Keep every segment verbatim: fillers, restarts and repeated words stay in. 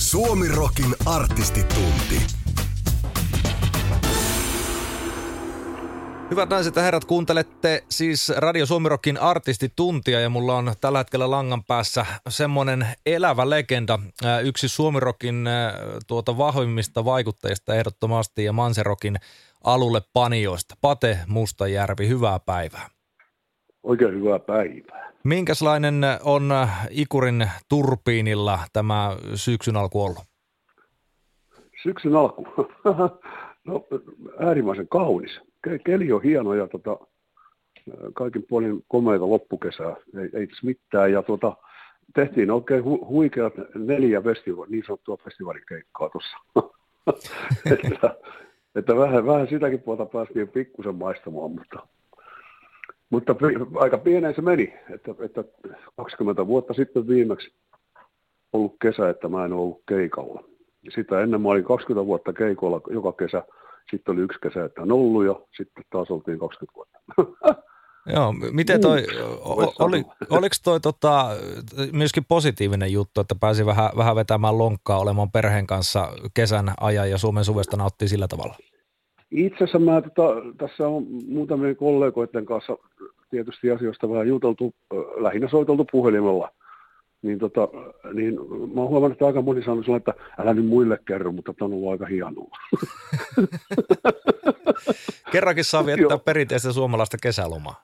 Suomi-rokin artistitunti. Hyvät naiset ja herrat, kuuntelette siis Radio Suomi-rokin artistituntia ja mulla on tällä hetkellä langan päässä semmoinen elävä legenda, yksi Suomi-rokin tuota vahvimmista vaikuttajista ehdottomasti ja Manserokin alulle panijoista. Pate Mustajärvi, hyvää päivää. Oikein hyvää päivää. Minkälainen on Ikurin turbiinilla tämä syksyn alku ollut? Syksyn alku? No äärimmäisen kaunis. Keli on hieno ja tota, kaikin puolin komeita loppukesää, ei, ei mitään. Ja tota, tehtiin oikein hu- huikeat neljä festivaali, niin sanottua festivaalikeikkaa tuossa. että että vähän, vähän sitäkin puolta päästiin pikkusen maistamaan, mutta, mutta aika pieneen se meni. Että, että kaksikymmentä vuotta sitten viimeksi ollut kesä, että mä en ollut keikalla. Sitä ennen mä olin kaksikymmentä vuotta keikolla joka kesä. Sitten oli yksi kesä, että on ollut ja sitten taas oltiin kaksikymmentä vuotta. Joo, miten toi, oli, oliko toi tota, myöskin positiivinen juttu, että pääsi vähän, vähän vetämään lonkkaa olemaan perheen kanssa kesän ajan ja Suomen suvesta nauttii sillä tavalla? Itse asiassa mä tota, tässä on muutamien kollegoiden kanssa tietysti asioista vähän juteltu, lähinnä soiteltu puhelimella. Niin, tota, niin mä oon huomannut, että aika moni sanoo sillä, että älä nyt muille kerro, mutta tämä on ollut aika hienoa. Kerrankin saa viettää perinteistä suomalaista kesälomaa.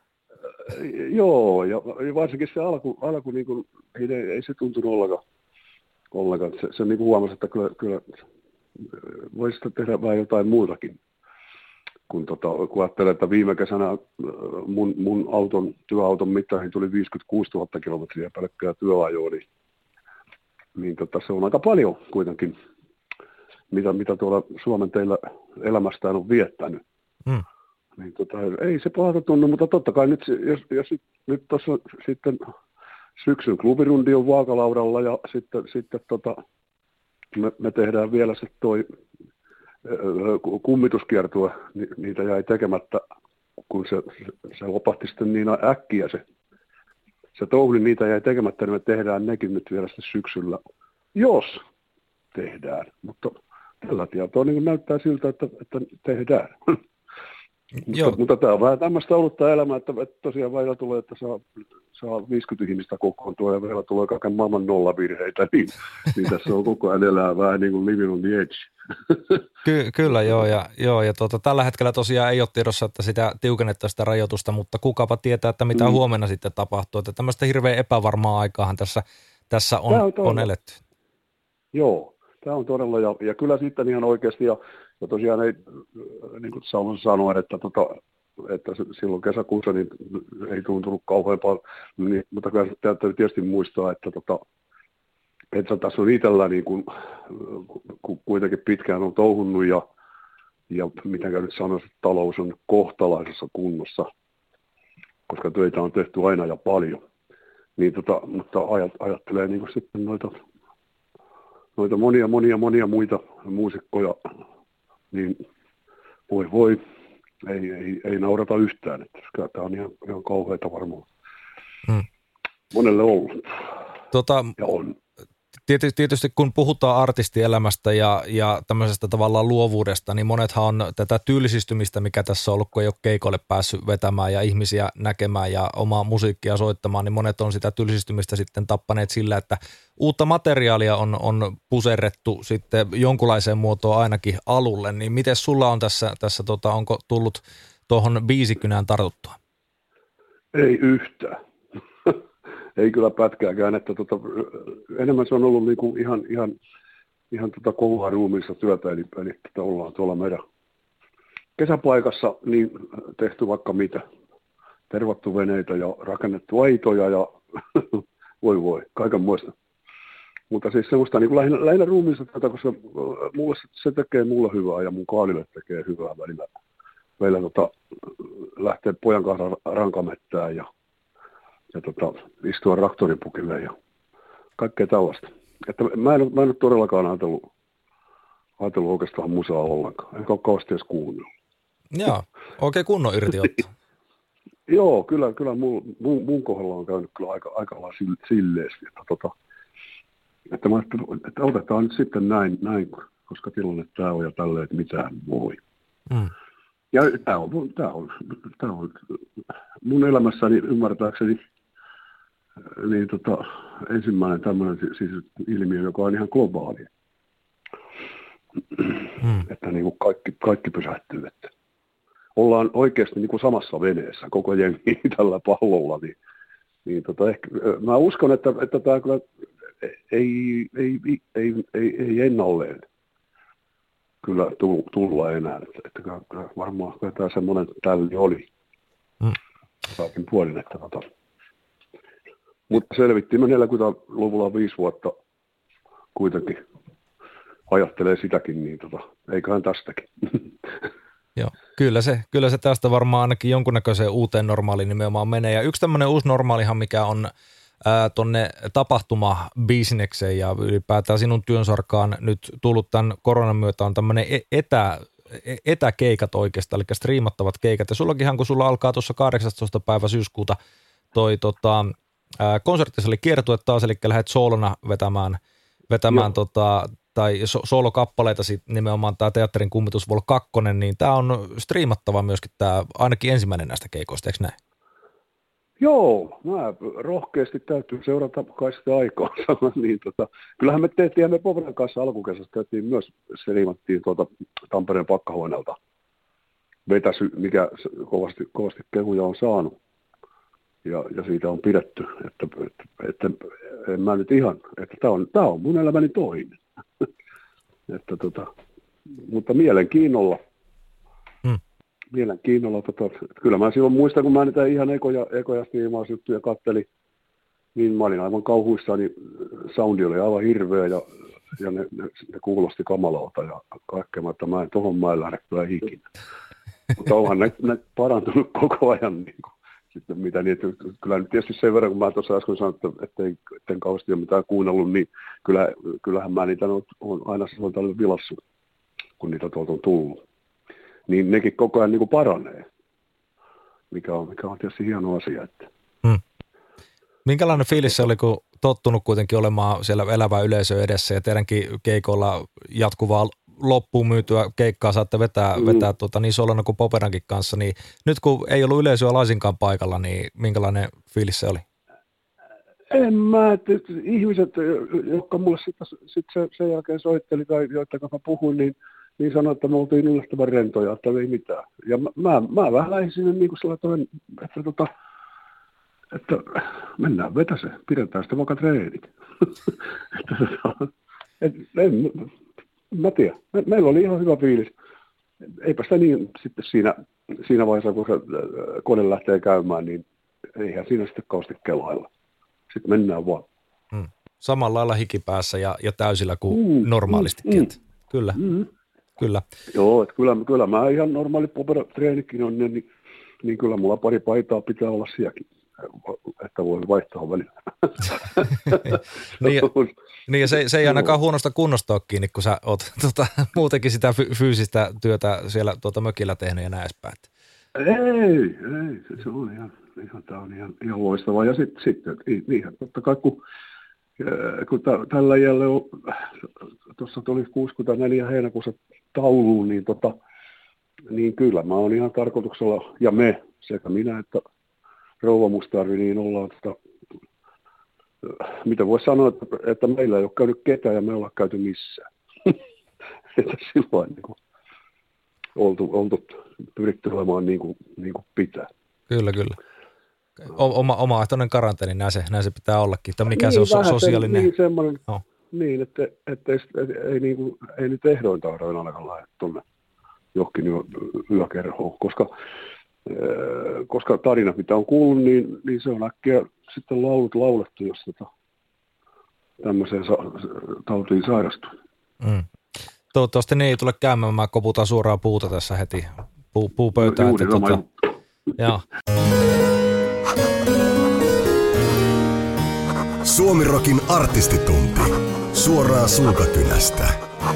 Joo, ja varsinkin se alku, alku niin kuin, ei, ei se tuntunut ollenkaan. ollenkaan. Se, se niin kuin huomasi, että kyllä, kyllä voisi tehdä vähän jotain muutakin. Kun, tota, kun ajattelen, että viime kesänä mun, mun auton, työauton mittaihin tuli viisikymmentäkuusituhatta kilometriä pelkkää työajoa, niin, niin tota, se on aika paljon kuitenkin, mitä, mitä tuolla Suomen teillä elämästään on viettänyt. Mm. Niin, tota, ei se pahalta tunnu, mutta totta kai nyt, jos, jos nyt tuossa sitten syksyn klubirundi on vaakalaudalla ja sitten, sitten tota, me, me tehdään vielä se toi kummituskiertue, niitä jäi tekemättä, kun se, se lopahti sitten niin äkkiä se, se touhu, niin niitä jäi tekemättä, niin me tehdään nekin nyt vielä sitten syksyllä, jos tehdään. Mutta tällä tietoa niin näyttää siltä, että, että tehdään. mutta, mutta tämä on vähän tämmöistä ollut tämä elämä, että, että tosiaan välillä tulee, että saa, saa viisikymmentä ihmistä kokoontua ja vielä tulee kaiken maailman nollavirheitä, niin, niin tässä on koko ajan elää vähän niin kuin living on the edge. Ky- kyllä joo, ja, joo, ja tuota, tällä hetkellä tosiaan ei ole tiedossa, että sitä tiukennettaisiin sitä rajoitusta, mutta kukapa tietää, että mitä mm. huomenna sitten tapahtuu. Että tämmöistä hirveän epävarmaa aikaahan tässä, tässä on, on, on eletty. Joo, tämä on todella, ja, ja kyllä sitten ihan oikeasti, ja, ja tosiaan ei, niin kuin Salman sanoi, että, tota, että silloin kesäkuussa niin ei tuntunut kauhean paljon, niin, mutta kyllä täytyy tietysti muistaa, että tota, että tässä on itsellä niin kuin, kun kuitenkin pitkään on touhunnut ja, ja miten nyt sanoisin, että talous on kohtalaisessa kunnossa, koska töitä on tehty aina ja paljon. Niin tota, mutta ajat, ajattelee niin kuin sitten noita, noita monia, monia, monia muita muusikkoja, niin voi voi, ei, ei, ei naurata yhtään. Että tämä on ihan, ihan kauheata varmaan hmm. monelle ollut. Tota... Ja on. Tietysti kun puhutaan artistielämästä ja, ja tämmöisestä tavallaan luovuudesta, niin monethan on tätä tylsistymistä, mikä tässä on ollut, kun ei ole keikoille päässyt vetämään ja ihmisiä näkemään ja omaa musiikkia soittamaan, niin monet on sitä tylsistymistä sitten tappaneet sillä, että uutta materiaalia on, on puserrettu sitten jonkunlaiseen muotoon ainakin alulle. Niin miten sulla on tässä, tässä tota, onko tullut tuohon biisikynään tartuttua? Ei yhtään. Ei kyllä pätkääkään, että tota, enemmän se on ollut niinku ihan, ihan, ihan tota kovaa ruumiissa työtä, eli, eli että ollaan tuolla meidän kesäpaikassa niin tehty vaikka mitä. Tervattu veneitä ja rakennettu aitoja ja voi voi, kaiken muista. Mutta siis semmoista niin lähinnä, lähinnä ruumiissa työtä, koska mulle se, se tekee mulle hyvää ja mun kaalille tekee hyvää välillä. Meillä tota, lähtee pojan kanssa rankamettään ja ja tota, istua traktoripukille ja kaikkea tällaista. Että mä en, mä en ole todellakaan ajatellut, ajatellut oikeastaan musaa ollenkaan. Enkä ole kauheasti edes kuunnellut. Joo, oikein kunnon irtiotto. Joo, kyllä, kyllä mun, mun, mun kohdalla on käynyt kyllä aika, aika lailla silleesti. Että tota, Että mä ajattelin, että otetaan nyt sitten näin, näin koska tilanne tämä on ja tälleen, että mitään voi. Mm. Ja tämä on, tämä on, tämä on mun elämässäni ymmärtääkseni niin tota, ensimmäinen tämmöinen siis ilmiö, joka on ihan globaali. Mm. Että niin kuin kaikki, kaikki pysähtyy. Että ollaan oikeasti niin kuin samassa veneessä koko jengi tällä pallolla. Niin, niin tota, ehkä, mä uskon, että, että tämä kyllä ei, ei, ei, ei, ei ennalleen kyllä tulla enää. Että, että kyllä varmaan tämä semmoinen tälli oli. Mm. Kaikin puolin, että tota. Mutta selvittiin me neljäkymmentäluvulla viisi vuotta kuitenkin. Ajattelee sitäkin, niin tota, eiköhän tästäkin. Joo, kyllä se, kyllä se tästä varmaan ainakin jonkunnäköiseen uuteen normaaliin nimenomaan menee. Ja yksi tämmöinen uusi normaalihan, mikä on ää, tonne tapahtumabisnekseen ja ylipäätään sinun työnsarkaan nyt tullut tämän koronan myötä, on tämmöinen etä, etäkeikat oikeastaan, eli striimattavat keikat. Ja sullakinhan, kun sulla alkaa tuossa kahdeksastoista päivä syyskuuta toi tota, ää, konserttisali kiertue taas, eli lähdet soolona vetämään, vetämään tota, tai so- soolokappaleita sitten nimenomaan tämä Teatterin kummitus Vol. kaksi, niin tämä on striimattava myöskin tämä ainakin ensimmäinen näistä keikoista, eikö näin? Joo, mä rohkeasti täytyy seurata kai sitä aikaa. niin, tota, kyllähän me tehtiin, me Poveran kanssa alkukesästä tehtiin myös, striimattiin tuota Tampereen Pakkahuoneelta vetäsy, mikä kovasti, kovasti kehuja on saanut. Ja, ja siitä on pidetty, että, että, että en mä nyt ihan, että tämä on, on mun elämäni toinen. että tota, mutta mielenkiinnolla, hmm. mielenkiinnolla, tota, kyllä mä silloin muistan, kun mä niitä ihan ekoja, ekoja striimausjuttuja kattelin, niin mä olin aivan kauhuissaan, niin soundi oli aivan hirveä ja, ja ne, ne, ne kuulosti kamalalta ja kaikkea, että mä en tohon mä en lähde kyllä ikinä. Mutta onhan ne, ne parantunut koko ajan niin kuin. Sitten mitä niin, että kyllä nyt tietysti sen verran, kun mä tuossa äsken sanoin, että ettei, etten kauheasti ole mitään kuunnellut, niin kyllä, kyllähän mä niitä on aina silloin tällöin vilassut, kun niitä tuolta on tullut. Niin nekin koko ajan niin kuin paranee, mikä on, mikä on tietysti hieno asia. Että. Hmm. Minkälainen fiilis se oli, kun tottunut kuitenkin olemaan siellä elävää yleisöä edessä ja teidänkin keikoilla jatkuvaa loppuun myytyä keikkaa saatte vetää, mm. vetää tuota, niin Solona kuin Poperankin kanssa, niin nyt kun ei ollut yleisöä laisinkaan paikalla, niin minkälainen fiilis se oli? En mä, että ihmiset, jotka mulle sitten sit se, sen jälkeen soitteli tai joiden kanssa puhuin, niin, niin sanoivat, että me oltiin yllättävän rentoja, että ei mitään. Ja mä, mä, mä vähän lähdin sinne niin kuin sellainen, että, tota, että mennään vetäse, pidetään sitten vaikka treenit. että, et, en, Mä tiedän. Me, meillä oli ihan hyvä fiilis. Eipä sitä niin sitten siinä, siinä vaiheessa, kun se kone lähtee käymään, niin eihän siinä sitten kauheasti kelailla. Sitten mennään vaan. Hmm. Samalla lailla hikipäässä ja, ja täysillä kuin mm, normaalistikin. Mm, kyllä, mm. kyllä. Joo, että kyllä, kyllä mä ihan normaali popera-treenikin on, niin, niin kyllä mulla pari paitaa pitää olla sielläkin, että voi vaihtaa välillä. niin, ja, niin ja se, se ei ainakaan huonosta kunnosta ole kiinni, kun sä oot tota, muutenkin sitä fy- fyysistä työtä siellä tuota mökillä tehnyt ja näin edespäin. Ei, ei, se on ihan, ihan, tää on ihan, ihan loistavaa. Ja sitten, sit, niin, totta kai kun, kun t- tällä jälle on, tuossa tuli kuusikymmentäneljä heinäkuussa tauluun, niin, tota, niin kyllä mä oon ihan tarkoituksella, ja me, sekä minä että Rouva Mustarvi, niin ollaan tota, mitä voisi sanoa, että, että meillä ei ole käynyt ketään ja me ollaan käyty missään. että silloin niin kuin, oltu, oltu pyritty olemaan niin kuin, niin kuin pitää. Kyllä, kyllä. Oma, omaehtoinen karanteeni, näin se, näin se pitää ollakin. Tai mikä niin, se on so, sosiaalinen? Niin, semmoinen, no. niin että, että ei, ei, niin kuin, ei nyt ehdoin tahdoin ainakaan lähde tuonne johonkin yökerhoon, koska, koska tarina, mitä on kuullut, niin, niin se on äkkiä sitten laulut laulettu, jos tota, tämmöiseen sa- tautiin sairastuu. Mm. Toivottavasti ne ei tule käymään, mä koputan suoraan puuta tässä heti, Puu, puupöytään. No, että, tota, joo. Suomi-rokin artistitunti. Suoraan Sulkakynästä.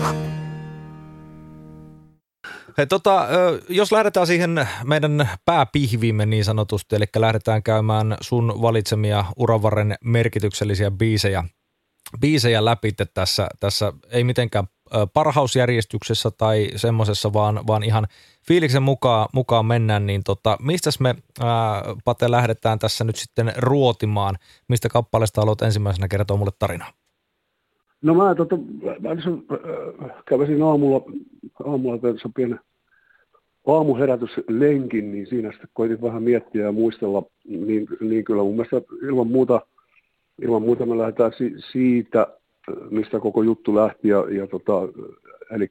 Hei, tota, jos lähdetään siihen meidän pääpihviimme niin sanotusti, eli lähdetään käymään sun valitsemia uravarren merkityksellisiä biisejä biisejä läpi tässä, tässä ei mitenkään parhausjärjestyksessä tai semmoisessa, vaan, vaan ihan fiiliksen mukaan, mukaan mennään, niin tota, mistäs me, ää, Pate, lähdetään tässä nyt sitten ruotimaan? Mistä kappaleesta haluat ensimmäisenä kertoa mulle tarinaa? No mä, tota, mä äh, käväsin aamulla, aamulla tässä pienen aamuherätyslenkin, niin siinä sitten koitin vähän miettiä ja muistella, niin, niin kyllä mun mielestä ilman muuta, ilman muuta me lähdetään si- siitä, mistä koko juttu lähti, ja, ja tota, eli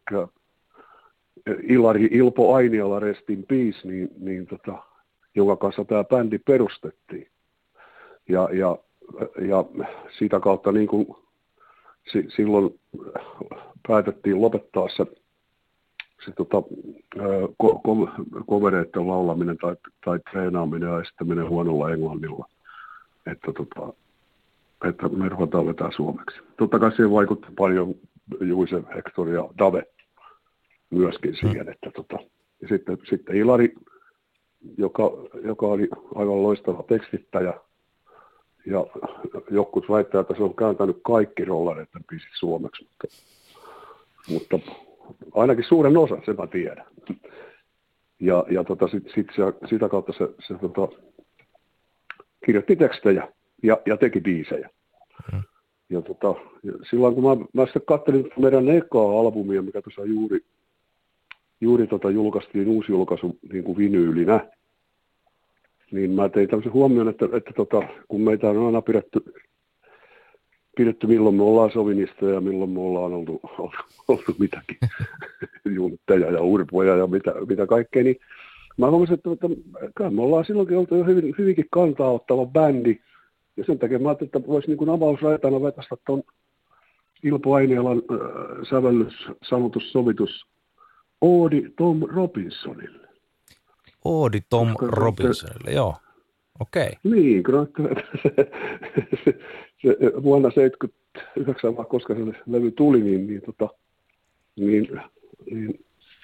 Ilari Ilpo Ainiala, Rest in Peace, niin, niin tota, jonka kanssa tämä bändi perustettiin. Ja, ja, ja sitä kautta niin kuin si, silloin päätettiin lopettaa se, se tota, ko, ko, kovereiden laulaminen tai, tai treenaaminen ja esittäminen huonolla englannilla. Että tota, että me ruvetaan vetää suomeksi. Totta kai siihen vaikutti paljon Juise, Hector ja Dave myöskin siihen, että tota, ja sitten, sitten Ilari, joka, joka oli aivan loistava tekstittäjä, ja jotkut väittää, että se on kääntänyt kaikki rollareiden biisit suomeksi, mutta, mutta ainakin suuren osan, sen mä tiedän. Ja, ja tota, sit, sit se, sitä kautta se, se tota, kirjoitti tekstejä. Ja, ja teki biisejä. Hmm. Ja tota, ja silloin kun mä, mä sitten katselin meidän ekaa albumia, mikä tuossa juuri, juuri tota julkaistiin uusi julkaisu niin kuin vinyylinä, niin mä tein tämmöisen huomioon, että, että tota, kun meitä on aina pidetty, pidetty milloin me ollaan sovinisteja ja milloin me ollaan oltu, oltu, oltu mitäkin, juntteja ja urpoja ja mitä, mitä kaikkea, niin mä huomasin, että, että kyllä me ollaan silloinkin oltu jo hyvin, hyvinkin kantaa ottava bändi. Ja sen takia mä ajattelin, että voisi niin kuin avausraitana vetästä tuon Ilpo Ainialan äh, sävellys, sanotus, sovitus Oodi Tom Robinsonille. Oodi Tom Koska Robinsonille, se, joo. Okei. Okay. Niin, kyllä se, se, se, vuonna seitsemänkymmentäyhdeksän, koska se levy tuli, niin, niin, tota, niin, niin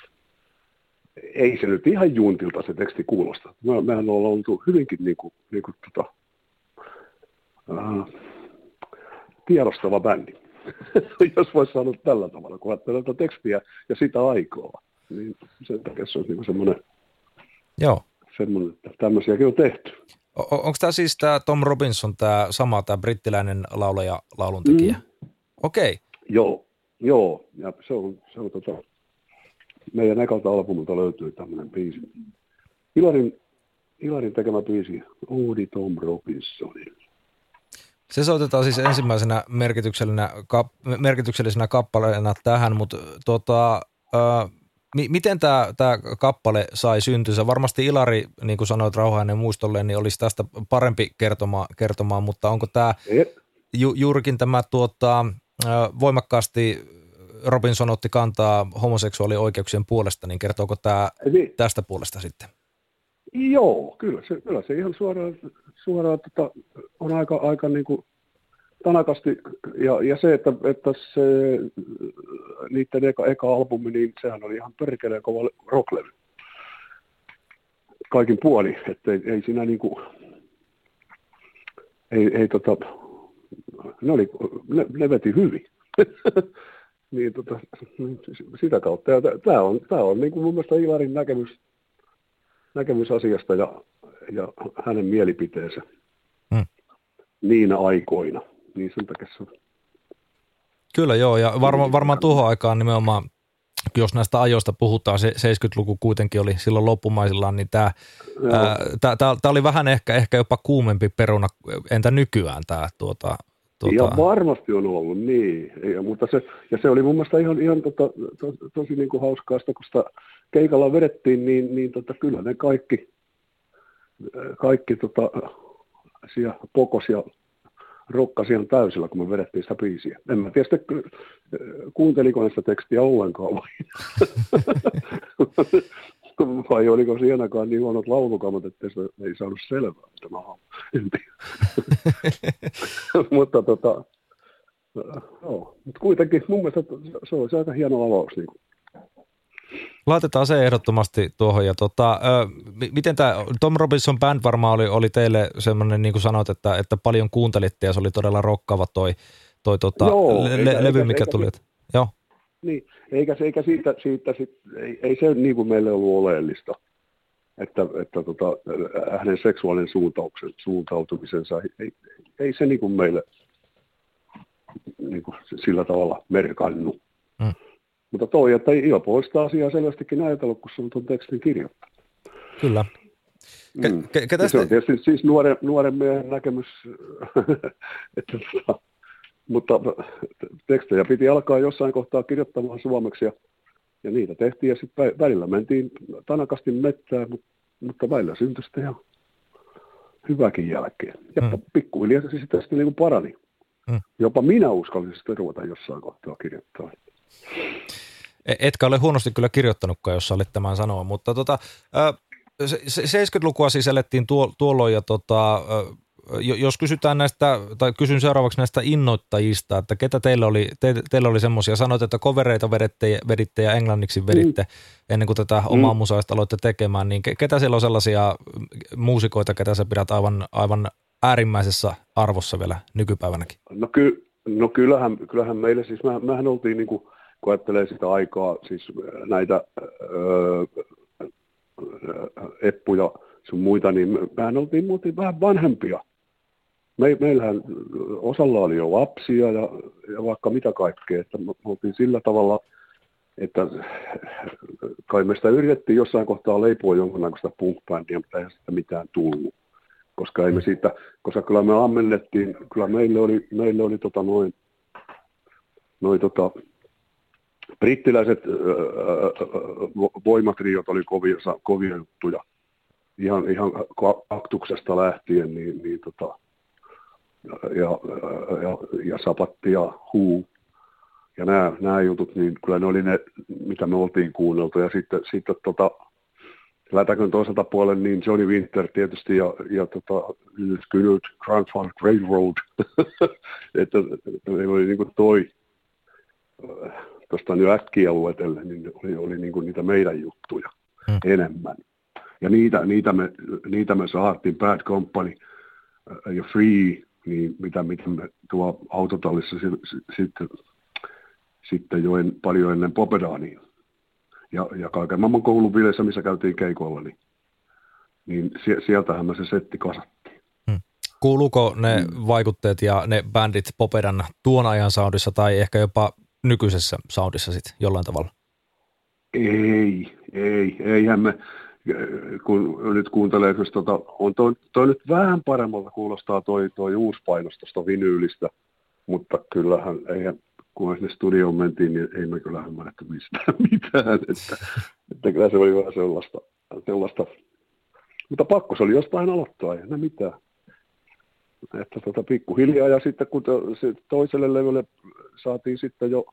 ei se nyt ihan juntilta se teksti kuulosta. Me, mehän ollaan oltu hyvinkin niin kuin, niin kuin tota, Uh, tiedostava bändi, jos voisi sanoa tällä tavalla, kun ajattelee tätä tekstiä ja sitä aikaa, niin sen takia se on niin semmoinen, Joo. semmoinen, että tämmöisiäkin on tehty. O- onko tämä siis tämä Tom Robinson, tämä sama, tämä brittiläinen laulaja, lauluntekijä? Mm. Okei. Okay. Joo, joo, ja se on, se on tota, meidän ekalta albumilta löytyy tämmöinen biisi. Ilarin, Ilarin tekemä biisi, Oodi Tom Robinsonille. Se soitetaan siis ensimmäisenä merkityksellisenä, kap, merkityksellisenä kappaleena tähän, mutta tota, ää, mi, miten tämä kappale sai syntynsä? Varmasti Ilari, niin kuin sanoit Rauhainen muistolleen, niin olisi tästä parempi kertomaan, kertomaan mutta onko tämä ju, juurikin tämä tuota, ää, voimakkaasti Robinson otti kantaa homoseksuaalioikeuksien puolesta, niin kertooko tämä niin tästä puolesta sitten? Joo, kyllä se, kyllä se ihan suoraan, suoraan tota, on aika, aika niin kuin tanakasti, ja, ja se, että, että se niiden eka, eka albumi, niin sehän oli ihan perkeleen kova rocklevy. Kaikin puoli, että ei, ei siinä niin kuin, ei, ei tota, ne, oli, ne, ne veti hyvin. Niin tota, sitä kautta, ja tämä on, tää on niin kuin mun mielestä Ilarin näkemys, näkemys asiasta ja, ja hänen mielipiteensä hmm. niinä aikoina. Niin sen takia se... Kyllä joo, ja varma, varmaan tuohon aikaan nimenomaan, jos näistä ajoista puhutaan, se seitsemänkymmentäluku kuitenkin oli silloin loppumaisillaan, niin tämä, tämä, tämä, tämä oli vähän ehkä, ehkä jopa kuumempi peruna, entä nykyään tämä tuota... Tuota... Ja varmasti on ollut, niin. Ja, mutta se, ja se oli mun mielestä ihan, ihan tota, to, tosi niin kuin hauskaa, kun sitä keikalla vedettiin, niin, niin tota, kyllä ne kaikki, kaikki tota, siellä pokos ja rokkasi ihan täysillä, kun me vedettiin sitä biisiä. En mä tiedä sitten, kuunteliko sitä tekstiä ollenkaan vai, vai oliko sielläkään niin huonot laulukamat, että se ei saanut selvää. Tämä en tiedä. Mutta tota, no, mutta kuitenkin mun mielestä se olisi aika hieno avaus. Niin kuin. Laitetaan se ehdottomasti tuohon. Ja tota, ö, miten tämä Tom Robinson Band varmaan oli, oli teille semmoinen, niin kuin sanoit, että, että paljon kuuntelitte ja se oli todella rokkava toi, toi tota, Joo, le- eikä, levy, eikä, mikä eikä, tuli. Eikä, Joo. Niin, eikä, eikä siitä, siitä sit, ei, ei se niin kuin meille ollut oleellista, että, että tota, hänen seksuaalinen suuntauksen, suuntautumisensa, ei, ei, ei se niin kuin meille niin kuin sillä tavalla merkannu. Mm. Mutta toi, että Ilpo olisi sitä asiaa selvästikin ajatellut, kun se on tuon tekstin kirjoittanut. Kyllä. Ke, mm. ke, ke se on tietysti siis nuoren, nuoren miehen näkemys, että, mutta tekstejä piti alkaa jossain kohtaa kirjoittamaan suomeksi, ja, ja niitä tehtiin, ja sitten välillä mentiin tanakasti mettään, mutta, mutta välillä syntyi sitten ihan hyväkin jälkeen. Ja mm. pikkuhiljaa se sitten sitten niin kuin parani. Mm. Jopa minä uskallisin sitten ruveta jossain kohtaa kirjoittaa. Etkä ole huonosti kyllä kirjoittanutkaan, jos olet tämän sanoa, mutta tota, seitsemänkymmentälukua siis elettiin tuo, tuolloin, ja tota, jos kysytään näistä, tai kysyn seuraavaksi näistä innoittajista, että ketä teillä oli, te, teillä oli semmoisia, sanoit, että covereita veditte, veditte ja englanniksi veditte mm. ennen kuin tätä omaa mm. musaista aloitte tekemään, niin ketä siellä on sellaisia muusikoita, ketä sä pidät aivan, aivan äärimmäisessä arvossa vielä nykypäivänäkin? No, ky, no kyllähän, kyllähän meille, siis mä, mähän oltiin niin kuin, kun ajattelee sitä aikaa, siis näitä öö, Eppuja sun muita, niin mehän oltiin muuten vähän vanhempia. Me, meillähän osalla oli jo lapsia ja, ja vaikka mitä kaikkea, että me oltiin sillä tavalla, että kai me sitä yritettiin jossain kohtaa leipoa jonkunnäköistä punk-bändiä, mutta ei sitä mitään tullut. Koska, ei me siitä, koska kyllä me ammennettiin, kyllä meille oli, meille oli tota noin, noin tota, brittiläiset öö, voimatriot oli kovia, kovia juttuja. Ihan, ihan kaktuksesta lähtien, niin, niin tota, ja, ja, ja Sapatti ja Huu. Ja nämä, nämä jutut, niin kyllä ne oli ne, mitä me oltiin kuunneltu. Ja sitten, sitten tota, lätäkön toiselta puolella, niin Johnny Winter tietysti ja, ja tota, Good Grand Funk Railroad. Että ne oli niin kuin toi, tuosta nyt äkkiä luetelle, niin oli, oli niin kuin niitä meidän juttuja hmm. enemmän. Ja niitä, niitä, me, niitä me saatiin, Bad Company ja Free, niin mitä, mitä me tuo autotallissa sitten, sitten jo en, paljon ennen Popedania. Ja, ja kaiken maailman koulun bileissä, missä käytiin keikoilla, niin, niin sieltähän me se setti kasattiin. Hmm. Kuuluuko ne hmm. vaikutteet ja ne bändit Popedan tuon ajan soundissa tai ehkä jopa nykyisessä soundissa sitten jollain tavalla? Ei, ei, eihän me, kun nyt kuuntelee, että tota, on toi, toi nyt vähän paremmalta kuulostaa toi, toi uusi painos tuosta vinyylistä, mutta kyllähän, eihän, kun sinne studioon mentiin, niin ei me kyllä ymmärretty mistään mitään, että, että kyllä se oli vähän sellaista, sellaista, mutta pakko se oli jostain aloittaa, ei enää mitään. Että tota, pikkuhiljaa, ja sitten kun to, toiselle levylle saatiin sitten jo,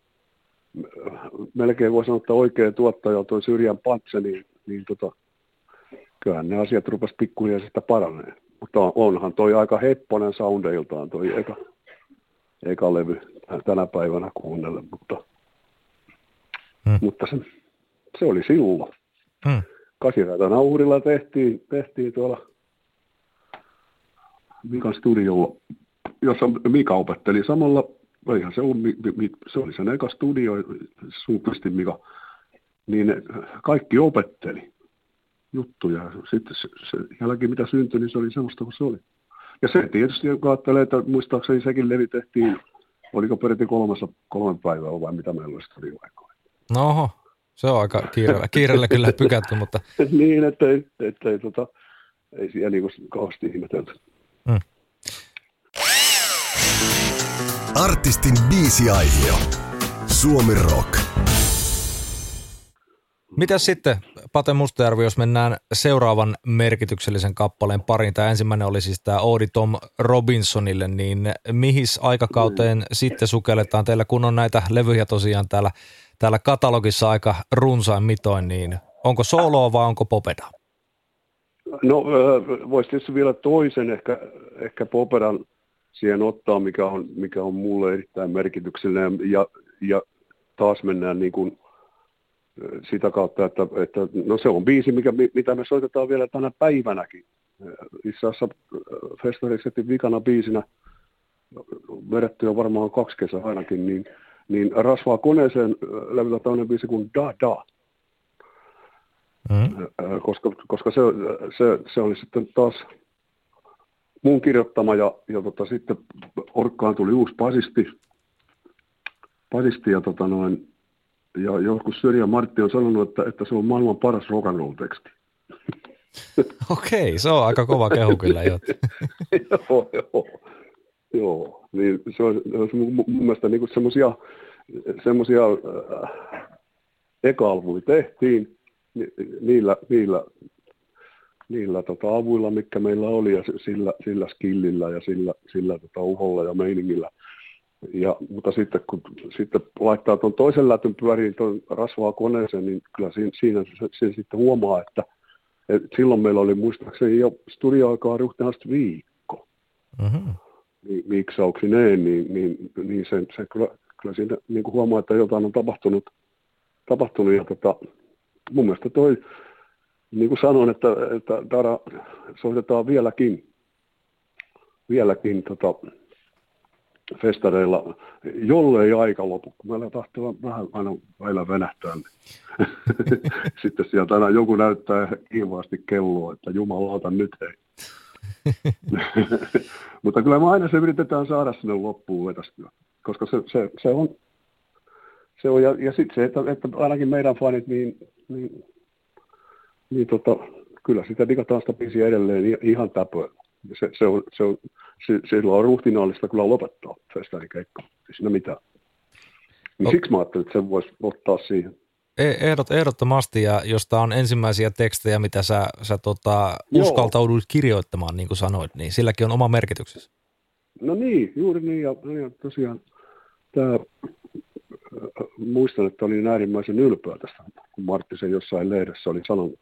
melkein voi sanoa, että oikea tuottaja, toi Syrjän Pantse, niin, niin tota, kyllähän ne asiat rupesi pikkuhiljaa sitten paranee. Mutta onhan toi aika hepponen soundeiltaan toi eka, eka levy tänä päivänä kuunnelle, mutta, hmm. mutta se, se oli silloin. Hmm. Kasiratanauhurilla tehtiin, tehtiin tuolla Mikan studiolla, jossa Mika opetteli samalla, eihän se, ollut, se oli sen eka studio, Suupisti Mika, niin kaikki opetteli juttuja. Sitten se, se jälkeen mitä syntyi, niin se oli semmoista kuin se oli. Ja se tietysti, joka ajattelee, että muistaakseni sekin levi tehtiin, oliko peräti kolmessa, kolmen päivää vai mitä meillä oli studioaikoja. No oho, se on aika kiireellä, kiireellä kyllä pykätty, mutta... niin, että ei, että ei, tota, ei siellä niin kuin kauheasti ihmetelty. Hmm. Artistin biisiaihio. Suomi Rock. Mitäs sitten, Pate Mustajärvi, jos mennään seuraavan merkityksellisen kappaleen pariin. Tämä ensimmäinen oli siis tämä Oodi Tom Robinsonille, niin mihin aikakauteen mm. sitten sukelletaan teillä, kun on näitä levyjä tosiaan täällä, täällä katalogissa aika runsain mitoin, niin onko sooloa vai onko Popeda? No voisi tietysti vielä toisen ehkä, ehkä Popedan siihen ottaa, mikä on, mikä on mulle erittäin merkityksellinen, ja, ja taas mennään niin kuin sitä kautta, että, että no se on biisi, mikä, mitä me soitetaan vielä tänä päivänäkin. Itse asiassa Festarisetin vikana biisinä vedetty jo varmaan kaksi kesää ainakin, niin, niin Rasvaa koneeseen levillä toinen biisi kuin Da Da. Mm. Koska, koska se, se, se oli sitten taas mun kirjoittama ja, ja tota, sitten Orkkaan tuli uusi basisti, basisti ja, tota noin, ja joskus Syrjä Martti on sanonut, että, että se on maailman paras rock and roll teksti. Okei, se on aika kova kehu kyllä jo. joo, joo, joo. Niin se on, se on mun, mun mielestä niinku semmoisia semmoisia äh, eka-albuja tehtiin ni, niillä, niillä, niillä tota, avuilla, mitkä meillä oli ja sillä, sillä skillillä ja sillä, sillä tota, uholla ja meiningillä. Ja, mutta sitten kun sitten laittaa tuon toisen lätyn pyöriin tuon Rasvaa koneeseen, niin kyllä siinä, siinä se, se sitten huomaa, että et silloin meillä oli muistaakseni jo studioaikaa ruhtinaasti viikko. Mm-hmm. Niin, miksauksineen, niin, niin, niin se, se kyllä, kyllä siinä niin kuin huomaa, että jotain on tapahtunut. tapahtunut ja tota, mun mielestä toi, niin kuin sanoin, että, että Dara soitetaan vieläkin, vieläkin tota, festareilla, jollei aika lopu, kun meillä tahtoo vähän aina välillä venähtää, niin sitten sieltä aina joku näyttää kiivaasti kelloa, että jumalauta nyt ei. Mutta kyllä me aina se yritetään saada sinne loppuun vetästyä, koska se, se, se on, se on ja, ja sitten se, että, että ainakin meidän fanit, niin, niin, niin tota, kyllä sitä digataan sitä biisiä edelleen ihan täpöillä. Se, se on, se on, se, sillä on ruhtinaallista kyllä lopettaa festarikeikka, ei siinä mitään. Niin no. Siksi mä ajattelin, että sen voisi ottaa siihen. Ehdot, ehdottomasti, ja jos tämä on ensimmäisiä tekstejä, mitä sä, sä tota, uskaltauduit kirjoittamaan, niin kuin sanoit, niin silläkin on oma merkityksensä. No niin, juuri niin, ja, ja tosiaan tämä, muistan, että olin äärimmäisen ylpeä tästä, kun Martti sen jossain lehdessä oli sanonut.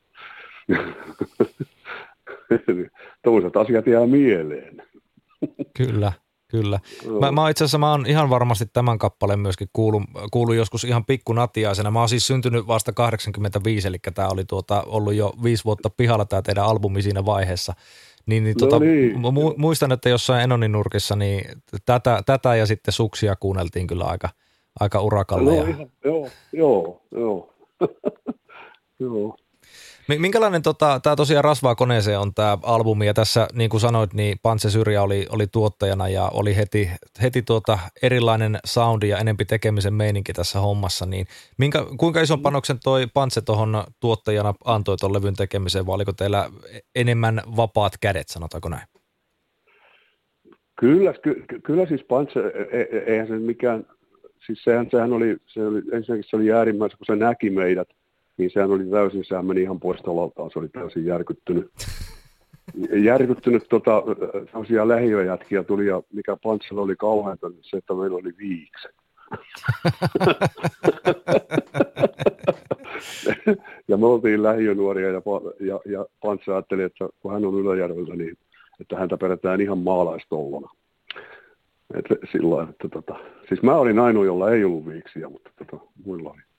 Toiset asiat jää mieleen. Kyllä. Kyllä. Mä, mä itse asiassa mä oon ihan varmasti tämän kappaleen myöskin kuullut, kuullut joskus ihan pikkunatiaisena. Mä oon siis syntynyt vasta kahdeksankymmentäviisi, eli tää oli tuota, ollut jo viisi vuotta pihalla tää teidän albumi siinä vaiheessa. Niin, niin, tuota, no niin. Mu- muistan, että jossain Enonin nurkissa niin tätä, tätä ja sitten Suksia kuunneltiin kyllä aika, aika urakalle. No, ja... ihan, joo, joo, joo. joo. Minkälainen tota, tämä tosiaan Rasvaa koneeseen on tämä albumi, ja tässä niin kuin sanoit, niin Pantse Syrjä oli, oli tuottajana ja oli heti, heti tuota erilainen soundi ja enempi tekemisen meininki tässä hommassa, niin minkä, kuinka ison panoksen toi Pantse tuohon tuottajana antoi tuon levyn tekemiseen, vai oliko teillä enemmän vapaat kädet, sanotaanko näin? Kyllä, ky, kyllä siis Pantse, e, e, eihän se mikään, siis sehän, sehän oli, se oli, ensinnäkin se oli äärimmäisen, kun se näki meidät, niin sehän oli täysin, sehän meni ihan pois tolaltaan, se oli täysin järkyttynyt. Järkyttynyt tota, tämmöisiä lähiöjätkiä tuli, ja mikä Pantsella oli kauheanta, se, että meillä oli viikset. ja me oltiin lähiönuoria, ja, ja, ja Pantsa ajatteli, että kun hän on Ylöjärvellä, niin että häntä perätään ihan maalaistollona. Että sillä että tota, siis mä olin ainoa, jolla ei ollut viiksiä, mutta tota, muilla oli.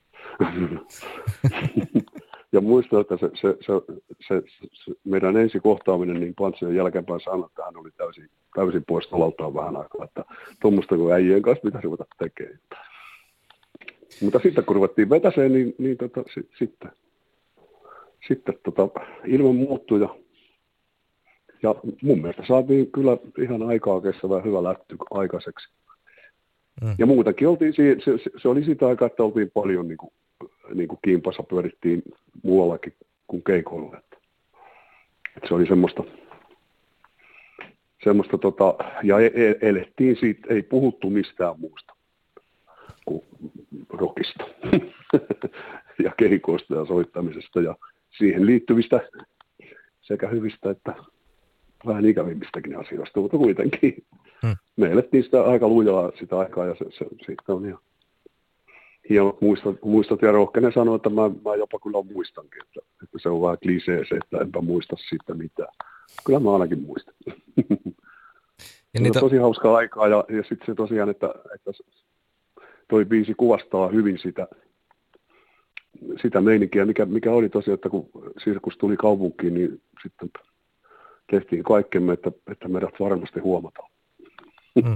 ja muistan, että se, se, se, se, se meidän ensi kohtaaminen, niin Pantsen jälkeenpäin sanoi, että hän oli täysin, täysin pois tolaltaan vähän aikaa, että tuommoista kuin äijien kanssa pitäisi ruveta tekemään. Mutta sitten kun ruvettiin vetäseen, niin, niin tota, si, sitten, sitten tota, ilman muuttui ja, ja mun mielestä saatiin kyllä ihan aikaa kestävää hyvä lätty aikaiseksi. Mm. Ja muutenkin oltiin, se, se, se oli sitä aikaa, että oltiin paljon niin kuin, niin kuin kimpassa, pyörittiin muuallakin kuin keikoilla. Että, että se oli semmoista, semmoista tota, ja elettiin siitä, ei puhuttu mistään muusta kuin rockista ja keikoista ja soittamisesta ja siihen liittyvistä sekä hyvistä että vähän ikävimmistäkin asioista, mutta kuitenkin. Hmm. Me elettiin sitä aika lujaa sitä aikaa ja se, se, siitä on ihan hienot muistot, muistot ja rohkenen sanoa, että mä, mä jopa kyllä muistankin, että, että se on vähän klisee se, että enpä muista siitä mitään. Kyllä mä ainakin muistan. Ja niitä... on tosi hauskaa aikaa ja, ja sitten se tosiaan, että, että toi biisi kuvastaa hyvin sitä, sitä meininkiä, mikä, mikä oli tosiaan, että kun Sirkus tuli kaupunkiin, niin sitten tehtiin kaikkemme, että, että meidät varmasti huomataan. Mm.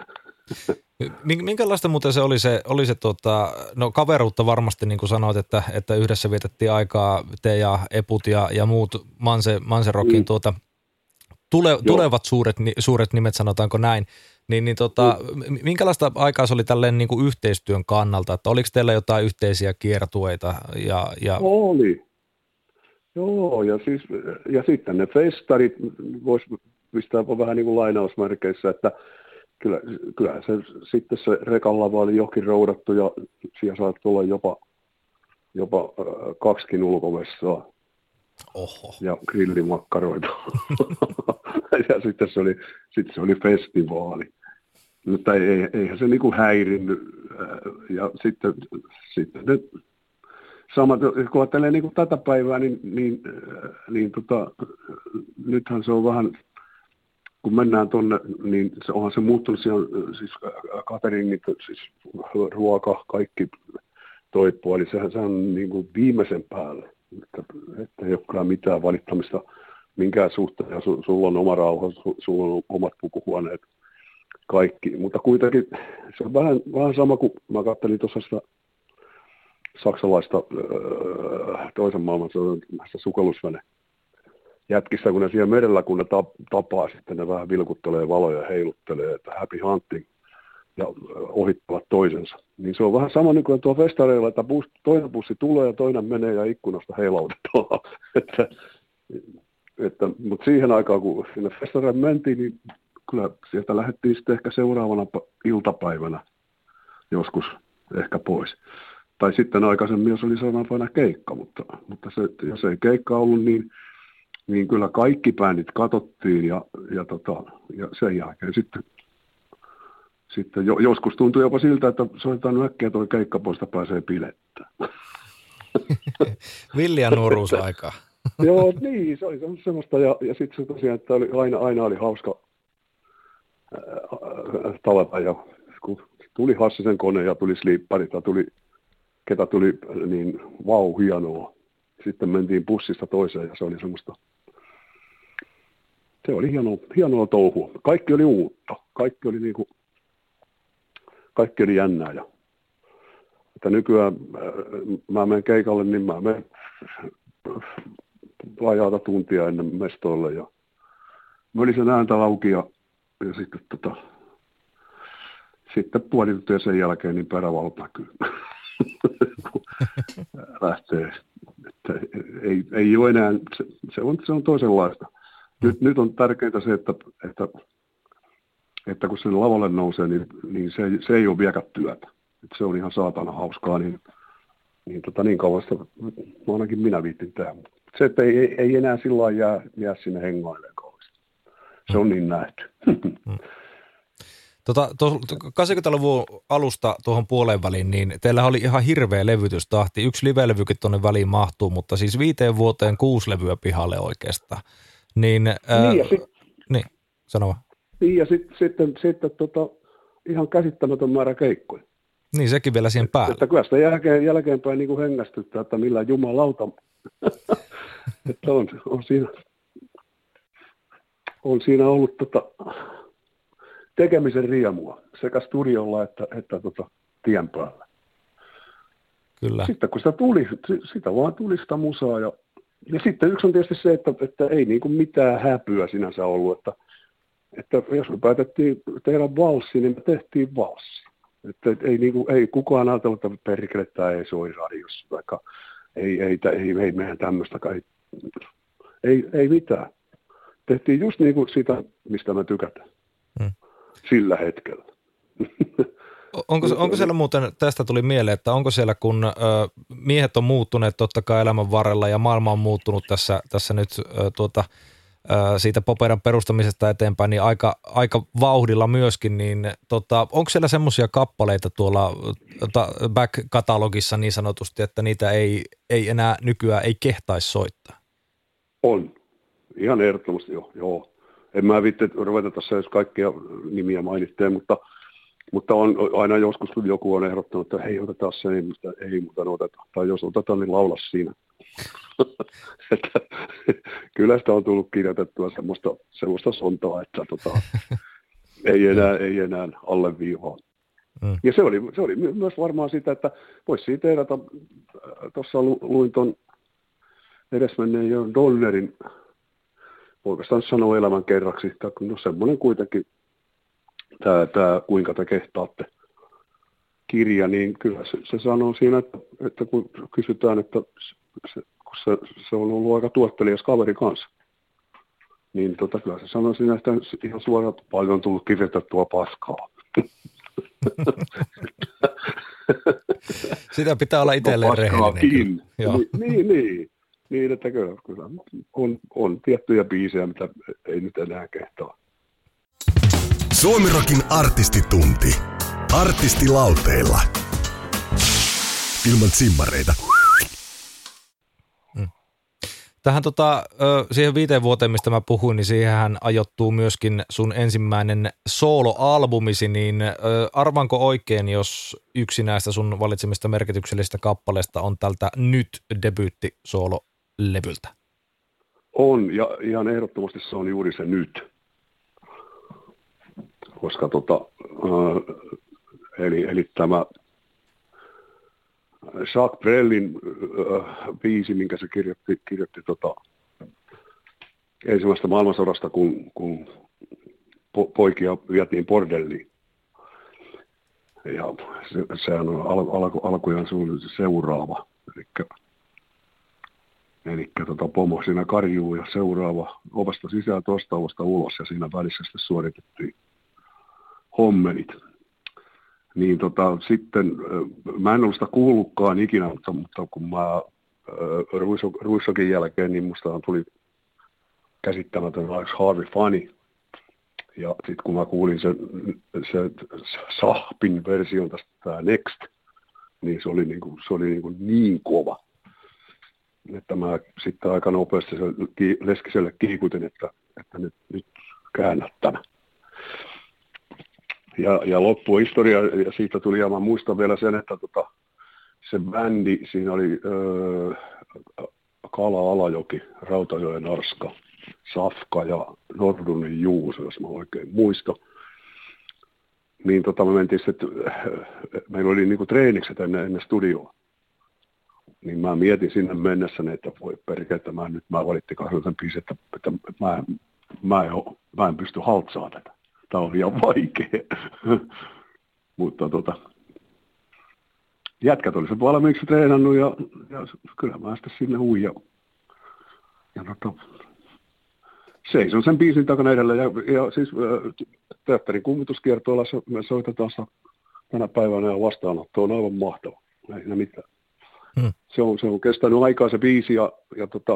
Minkälaista muuten se oli se, oli se tota, no kaveruutta varmasti niin kuin sanoit, että, että yhdessä vietettiin aikaa te ja Eput ja, ja muut Manse, Manserokin mm. tuota, tule, tulevat suuret, suuret nimet, sanotaanko näin, niin, niin tota, mm. minkälaista aikaa se oli tälleen niin kuin yhteistyön kannalta, että oliko teillä jotain yhteisiä kiertueita? Ja, ja... Oli. Joo, ja, siis, ja sitten ne festarit, voisi pistää vähän niin kuin lainausmerkeissä, että Kyllä, kyllä se, sitten se rekalla oli johonkin roudattu ja siellä saattoi olla jopa, jopa äh, kaksikin ulkovessaa. Oho. Ja grillimakkaroita. ja sitten se oli, sitten se oli festivaali. Mutta ei, eihän se niinku häirinnyt. Ja sitten, sitten ne samat, kun ajattelee niinku tätä päivää, niin, niin, niin tota, nythän se on vähän... Kun mennään tuonne, niin se onhan se muuttunut siellä, siis cateringit, siis ruoka, kaikki toi puoli, sehän se on niin kuin viimeisen päälle, että, että ei ole kyllä mitään valittamista minkään suhteen, ja su, sulla on oma rauha, su, sulla on omat pukuhuoneet, kaikki, mutta kuitenkin se on vähän, vähän sama kuin mä katselin tuossa sitä saksalaista toisen maailmansodan sukellusvene jätkissä, kun ne siellä merellä, kun ne tapaa, sitten ne vähän vilkuttelee valoja ja heiluttelee, että happy hunting, ja ohittavat toisensa. Niin se on vähän sama niin kuin tuo festareilla, että bus, toinen bussi tulee ja toinen menee ja ikkunasta heilautetaan. että, että, mutta siihen aikaan, kun sinne festareille mentiin, niin kyllä sieltä lähdettiin sitten ehkä seuraavana iltapäivänä joskus ehkä pois. Tai sitten aikaisemmin, jos oli seuraavana keikka, mutta, mutta se, jos ei keikka ollut, niin niin kyllä kaikki bändit katsottiin ja, ja, tota, ja sen jälkeen sitten, sitten jo, joskus tuntui jopa siltä, että soitetaan äkkiä toi keikka poista pääsee bilettään. Villiä nuoruusaikaa. Joo, niin, se oli semmoista ja, ja sitten se tosiaan, että oli, aina, aina oli hauska äh, tavata ja kun tuli Hassisen kone ja tuli sliipparit ja tuli, ketä tuli, niin vau, hienoa. Sitten mentiin bussista toiseen ja se oli semmoista, se oli hienoa, hienoa touhua. Kaikki oli uutta, kaikki oli niinku, kaikki oli jännää. Ja, että nykyään mä menen keikalle, niin mä menen vajaata tuntia ennen mestoille ja mä olin sen ääntä auki ja, ja sitten, tota, sitten puoli tuntia sen jälkeen niin perävalot näkyy. Lähtee. Että ei, ei ole enää, se, se, on, se on toisenlaista. Nyt, nyt on tärkeintä se, että, että, että kun sen lavalle nousee, niin, niin se, se ei ole vieläkään työtä. Että se on ihan saatana hauskaa, niin, niin, tota, niin kauan sitä, ainakin minä viittin tehdä. Se, että ei, ei, ei enää sillä lailla jää, jää sinne hengailemaan kauheasti. Se on niin nähty. Tota, to, kahdeksankymmentäluvun alusta tuohon puoleen väliin, niin teillä oli ihan hirveä levytystahti. Yksi live-levykin tuonne väliin mahtuu, mutta siis viiteen vuoteen kuusi levyä pihalle oikeastaan. Niin, ää, niin, ja sit, niin sano vaan. Niin, ja sit, sitten, sitten tota, ihan käsittämätön määrä keikkoja. Niin, sekin vielä siihen päälle. Että kyllä sitä jälkeen, jälkeenpäin niin kuin hengästyttää, että millä jumalauta. että on, on, siinä, on siinä ollut tota, tekemisen riemua sekä studiolla että, että tota, tien päällä. Kyllä. Sitten kun sitä tuli, sitä vaan tuli sitä musaa. Ja, ja sitten yksi on tietysti se, että, että ei niin kuin mitään häpyä sinänsä ollut. Että, että jos me päätettiin tehdä valssi, niin me tehtiin valssi. Että ei, niin kuin, ei kukaan ajatellut, että perkele tämä ei soi radiossa. Vaikka ei, ei, ei, ei meidän tämmöistäkään. Ei, ei, ei mitään. Tehtiin just niin kuin sitä, mistä me tykätään. Hmm. Sillä hetkellä. Onko, onko siellä muuten, tästä tuli mieleen, että onko siellä, kun ö, miehet on muuttuneet totta kai elämän varrella ja maailma on muuttunut tässä, tässä nyt ö, tuota, ö, siitä Popedan perustamisesta eteenpäin, niin aika, aika vauhdilla myöskin, niin tota, onko siellä semmoisia kappaleita tuolla ta, back-katalogissa niin sanotusti, että niitä ei, ei enää nykyään ei kehtaisi soittaa? On. Ihan ehdottomasti joo. joo. En mä viitte ruveta tässä edes kaikkia nimiä mainitteen, mutta Mutta on aina joskus, kun joku on ehdottanut, että hei, otetaan se, niin ei muuten oteta. Tai jos otetaan, niin laula siinä. että, kyllä sitä on tullut kirjoitettua semmoista, semmoista sontaa, että tota, Ei enää, mm. ei enää alleviivaa. Mm. Ja se oli, se oli myös varmaan sitä, että voisi siitä tehdä, tuossa luin tuon edesmenneen John Donnerin, oikeastaan sanoa elämän kerraksi, no semmoinen kuitenkin, tämä, tämä kuinka te kehtaatte kirja, niin kyllä se, se sanoo siinä, että, että kun kysytään, että se, kun se, se on ollut aika tuottelias kaveri kanssa, niin tota, kyllä se sanoo siinä, että ihan suoraan paljon on tullut kirjoitettua paskaa. Sitä pitää olla itselleen rehellinen. Niin, niin, niin, niin, että kyllä, kyllä on, on tiettyjä biisejä, mitä ei nyt enää kehtaa. Suomirokin artistitunti. Artistilauteilla. Ilman simmareita. Mm. Tähän tota, siihen viiteen vuoteen, mistä mä puhuin, niin siihenhän ajoittuu myöskin sun ensimmäinen soloalbumisi, niin arvaanko oikein, jos yksi näistä sun valitsemista merkityksellisistä kappaleista on tältä nyt debyytti soololevyltä? On, ja ihan ehdottomasti se on juuri se nyt. Koska tota, äh, eli, eli tämä Jacques Brelin äh, biisi, minkä se kirjoitti, kirjoitti tota, ensimmäisestä maailmansodasta, kun, kun po, poikia vietiin bordelliin. Ja se, sehän on al, alku, alkujaan suunnilleen seuraava. Elikkä, elikkä tota, pomo siinä karjuu ja seuraava ovesta sisään, tuosta ovesta ulos, ja siinä välissä sitten suoritettiin hommelit. Niin tota, sitten, mä en ollut sitä kuullutkaan ikinä, mutta, mutta kun mä Ruissokin jälkeen, niin musta tuli käsittämätön Alex Harvey Funny. Ja sitten kun mä kuulin sen, se Sahpin version tästä tää Next, niin se oli, niinku, se oli niinku niin kova, että mä sitten aika nopeasti Leskiselle kiikutin, että, että nyt, nyt käännät tämä. Ja, ja loppuhistoria, ja siitä tuli, ja mä muistan vielä sen, että tota, se bändi, siinä oli öö, Kala Alajoki, Rautajoen Arska, Safka ja Nordunin Juuso, jos mä oikein muistan. Niin tota, me mentiin sitten, meillä oli niinku treenikset ennen, ennen studioa. Niin mä mietin sinne mennessäni, että voi perkele, että mä nyt mä valittiin sellaisen biisin, että, että mä, mä, en, mä en pysty haltsaa tätä. Tämä on liian vaikea. Mutta tota, jätkät oli sen valmiiksi treenannut ja, ja kyllä mä sitten sinne huin. Ja, ja tota, seison sen biisin takana edellä. Ja, ja siis teatterin kummituskiertoilla me soitetaan tänä päivänä ja vastaanotto on aivan mahtava. Ei siinä mitään. Hmm. Se, on, se on kestänyt aikaa se biisi ja, ja tota,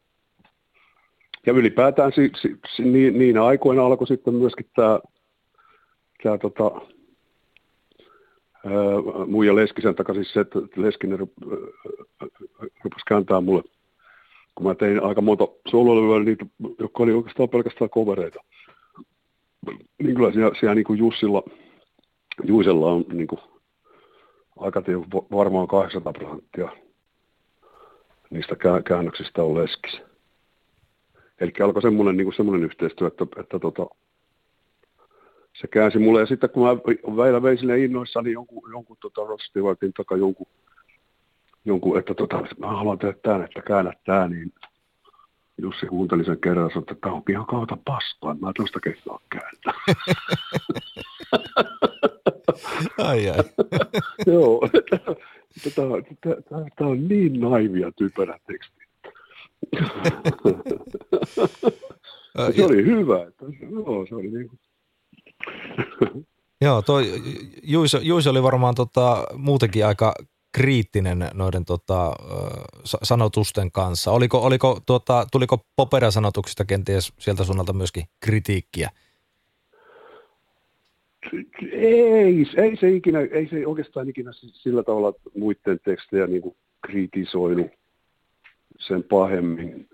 ja ylipäätään si, si, si, niin, niinä aikoina alkoi sitten myöskin tämä tää, tota, muija Leskisen takaisin se, että Leskinen rupesi kääntää mulle, kun mä tein aika monta soololevyä, niitä, jotka oli oikeastaan pelkästään covereita. Niin kyllä siellä, siellä niin kuin Jussilla, Juisella on niin kuin, aika varmaan kahdeksansataa prosenttia niistä käännöksistä on Leskis. Eli alkoi semmoinen, niin kuin semmoinen yhteistyö, että, että tota, se käänsi mulle. Ja sitten kun mä väillä vein sinne innoissani jonkun, jonkun tota, Rod Stewartin takaa jonkun, jonkun, että tota, mä haluan tehdä tämän, että käännät tää, niin Jussi kuunteli sen kerran ja sanoi, että tämä on ihan kautta paskaa, mä tuosta kehtaa kääntää. Ai ai. Joo, tämä on niin naivia typerä teksti. Se oli hyvä. Että, joo, se oli niin kuin. Joo, toi Juiso, Juiso oli varmaan tota, muutenkin aika kriittinen noiden tota, sanotusten kanssa. Oliko, oliko, tota, tuliko Popera-sanotuksista kenties sieltä suunnalta myöskin kritiikkiä? Ei, ei, se ikinä, ei se oikeastaan ikinä sillä tavalla muiden tekstejä niin kuin kritisoinut sen pahemmin.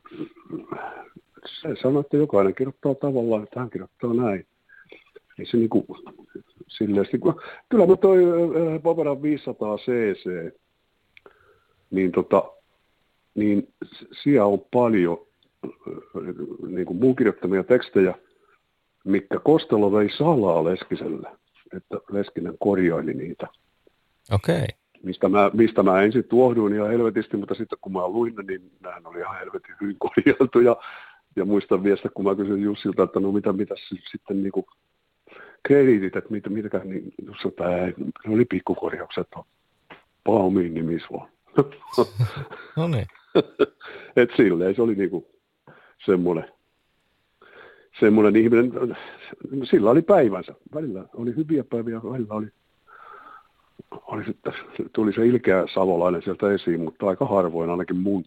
Se sanoo, että jokainen kirjoittaa tavallaan, että hän kirjoittaa näin. Ei se niin kuin silleen, kyllä mä toi Poperan viisisataa cc, niin, tota, niin siellä on paljon niin kuin mun kirjoittamia tekstejä, Mikkä Kostelo vei salaa Leskiselle, että Leskinen korjaili niitä. Okei. Okay. Mistä mä, mistä mä ensin tuohduin ihan helvetisti, mutta sitten kun mä luin, niin nämähän oli ihan helvetin hyvin korjailtu. Ja, ja muistan viestä, kun mä kysyin Jussilta, että no mitä, mitä sitten niinku krediitit, että mitä, mitäkään, niin Jussi, että ne oli pikkukorjaukset, Paumiin nimis vaan. No niin. Että silleen se oli niinku semmoinen, semmoinen ihminen, sillä oli päivänsä. Välillä oli hyviä päiviä, välillä oli, oli sitten, tuli se ilkeä savolainen sieltä esiin, mutta aika harvoin ainakin mun,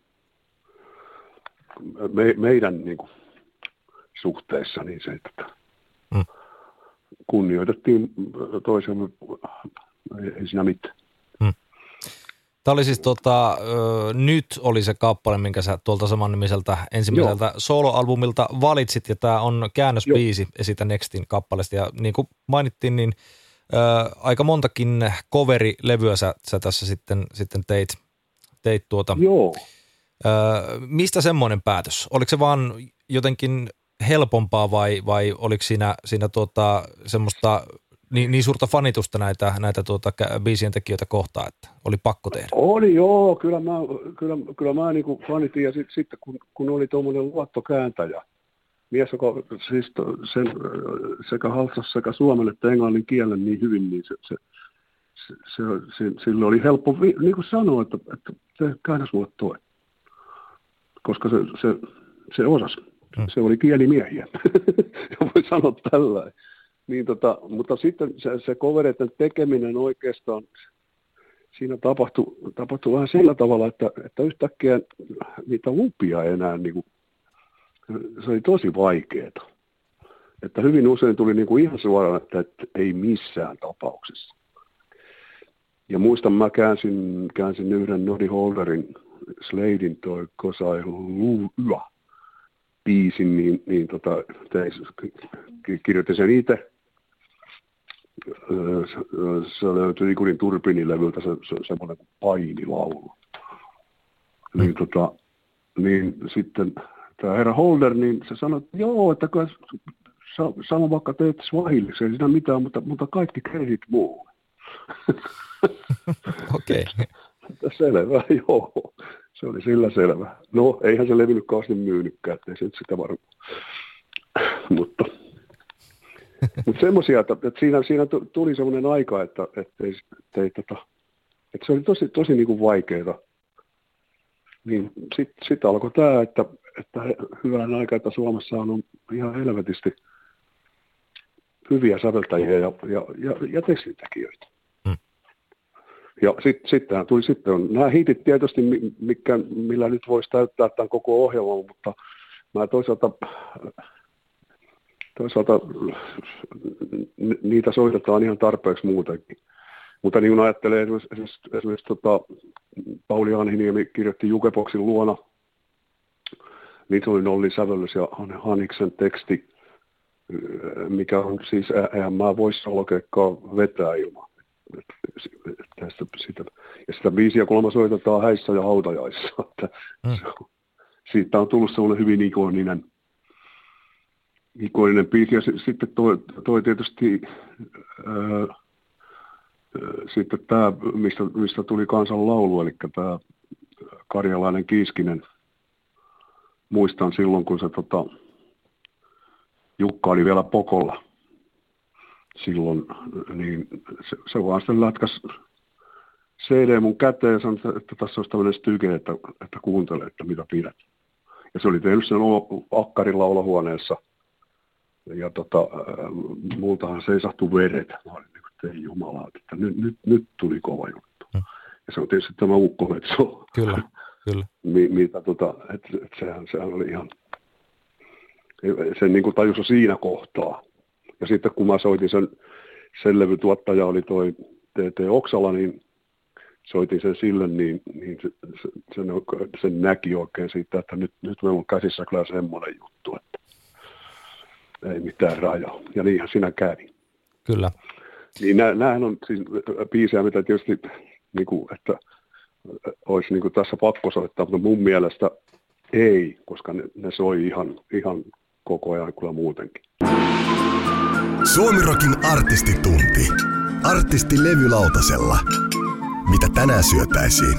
me, meidän niinku suhteessa, niin se, että mm. kunnioitettiin toisemme, ei siinä mitään. Mm. Tämä oli siis tota, nyt oli se kappale, minkä sä tuolta samannimiseltä ensimmäiseltä Joo. soloalbumilta valitsit, ja tämä on käännösbiisi Esitä Nextin kappaleesta, ja niin kuin mainittiin, niin ää, aika montakin coverilevyä sä, sä tässä sitten, sitten teit, teit tuota. Joo. Ää, mistä semmoinen päätös? Oliko se vaan jotenkin helpompaa vai, vai oliko siinä, siinä tuota, semmoista niin, niin suurta fanitusta näitä, näitä tuota, biisien tekijöitä kohtaan, että oli pakko tehdä? Oli joo, kyllä mä, kyllä, kyllä mä niin kuin fanitin, ja sitten sit, kun, kun oli tuommoinen luottokääntäjä, mies, joka siis sen, sekä haltsasi sekä suomen että englannin kielen niin hyvin, niin se, se, se, se, se, sille oli helppo niin kuin sanoa, että, että se käännäs mulle toi, koska se, se, se osasi. Hmm. Se oli kielimiehiä, voi sanoa tällä. Niin tota, mutta sitten se, se covereiden tekeminen oikeastaan, siinä tapahtui, tapahtui vähän sillä tavalla, että, että yhtäkkiä niitä lupia enää, niin kuin, se oli tosi vaikeaa. Että hyvin usein tuli niin kuin ihan suoraan, että, että ei missään tapauksessa. Ja muistan, mä käänsin, käänsin yhden Noddy Holderin, Sladein toi Kosai Lua biisin, niin, niin tota, tein, kirjoitin sen itse. Se löytyi Ikurin Turbiinilevyltä se, se, semmoinen painilaulu. Mm. Niin, tota, niin sitten tämä herra Holder, niin se sanoi, että joo, että sano vaikka teet swahiliksi, ei siinä mitään, mutta, mutta kaikki kredit muulle. Okei. Okay. Selvä, joo. Se oli sillä selvä. No, eihän se levy nyt kauheasti myynytkään, ettei se nyt sitä varmaan. mutta mutta semmoisia, että, että siinä, siinä tuli semmoinen aika, että, että, ei, että, ei, tota, että se oli tosi, tosi niin kuin vaikeaa. Niin sitten sit alkoi tämä, että, että hyvän aikaa, että Suomessa on ihan helvetisti hyviä säveltäjiä ja, ja, ja, ja tekstintekijöitä. Hmm. Ja sit, sittenhän tuli sitten, on nämä hiitit tietysti, mikä, millä nyt voisi täyttää tämän koko ohjelman, mutta mä toisaalta, toisaalta niitä soitetaan ihan tarpeeksi muutenkin. Mutta niin kuin ajattelee, esimerkiksi, esimerkiksi, esimerkiksi tota, Pauli Hanhiniemi kirjoitti Jukeboksin luona, niin se oli Nollin sävellys ja Haniksen teksti, mikä on siis, eihän mä voi solokeikkaa vetää ilman. Tästä, sitä, ja sitä biisiä kuulemma soitetaan häissä ja hautajaissa. Että mm. Siitä on tullut sellainen hyvin ikoninen, ikoninen biisi. Ja sitten toi, toi tietysti ää, sitten tämä, mistä, mistä tuli kansan laulu, eli tämä karjalainen Kiiskinen. Muistan silloin, kun se tota, Jukka oli vielä Pokolla silloin, niin se, se vaan sitten lätkäsi C D mun käteen ja sanoi, että tässä olisi tämmöinen styke, että, että kuuntele, että mitä pidät. Ja se oli tehnyt sen akkarilla olohuoneessa. Ja tota, multahan seisahtui veret. Mä olin niin kuin, ei jumala, että nyt, nyt, nyt tuli kova juttu. Hmm. Ja se on tietysti tämä ukkometso. Kyllä, kyllä. Mi, mitä tota, että et sehän, sehän oli ihan, sen niin kuin tajus siinä kohtaa. Ja sitten kun mä soitin sen, sen levytuottaja oli toi T T Oksala, niin soitin sen sille, niin, niin se, se, sen, sen näki oikein siitä, että nyt, nyt meillä on käsissä kyllä semmoinen juttu, että ei mitään rajaa. Ja niinhän siinä kävi. Kyllä. Niin nä, näähän on siis biisejä, mitä tietysti, niin kuin, että olisi niin kuin tässä pakko soittaa, mutta mun mielestä ei, koska ne, ne soi ihan, ihan koko ajan kyllä muutenkin. Suomirokin artistitunti. Artisti levylautasella. Mitä tänään syötäisiin?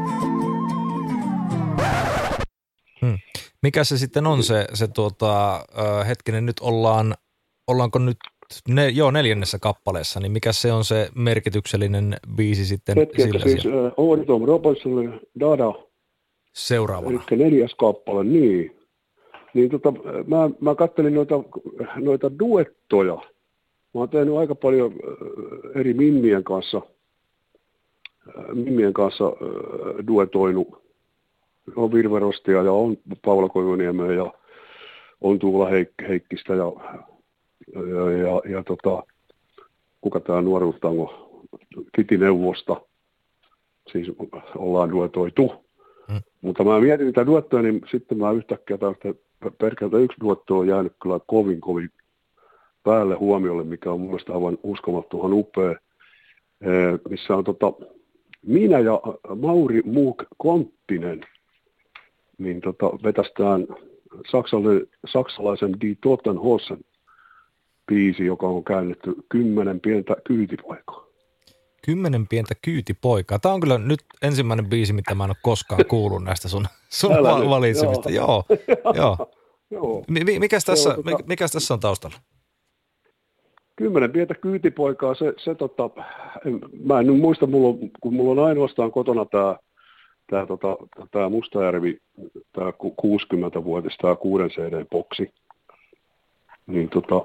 Hmm. Mikä se sitten on se, se tuota, äh, hetkinen, nyt ollaan, ollaanko nyt ne, joo, neljännessä kappaleessa, niin mikä se on se merkityksellinen biisi sitten Hetki, sillä siis siellä? Owen Tom Robinsonille Dada. Seuraavana. Eli neljäs kappale, niin. Niin tota, mä, mä kattelin noita, noita duettoja. Mä oon tehnyt aika paljon eri mimmien kanssa, mimmien kanssa duetoinut. On Virve Rostia ja on Paula Koivuniemeä ja on Tuula Heik- Heikkistä ja, ja, ja, ja tota, kuka tää nuoruustango, Kiti Neuvosta. Siis ollaan duetoitu. Hmm. Mutta mä mietin niitä duettoja, niin sitten mä yhtäkkiä taas, että perkältä yksi duetto on jäänyt kyllä kovin kovin päälle huomiolle, mikä on mun mielestä aivan uskomattoman upea, missä on tota, minä ja Mauri Muuk Konttinen, niin tota, vetästään saksalaisen, saksalaisen Die Totenhosen biisi, joka on käännetty kymmenen pientä kyytipoikaa. Kymmenen pientä kyytipoikaa. Tämä on kyllä nyt ensimmäinen biisi, mitä mä en ole koskaan kuullut näistä sun, sun va- valitsemista. Joo, joo. joo. Mikäs, tässä, tota, mikäs tässä on taustalla? Kymmenen pientä kyytipoikaa, se, se tota, mä en nyt muista, mulla on, kun mulla on ainoastaan kotona tämä tää, tota, tää Mustajärvi, tämä kuusikymmentävuotis, tämä kuuden C D-boksi, niin tota,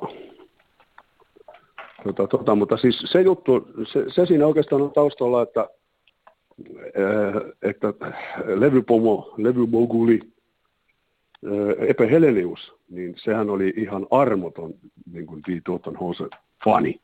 tota, tota, mutta siis se juttu, se, se siinä oikeastaan on taustalla, että, että levypomo, levymoguli, Epe Helenius, niin sehän oli ihan armoton niin kuin Die Totenhosen fani.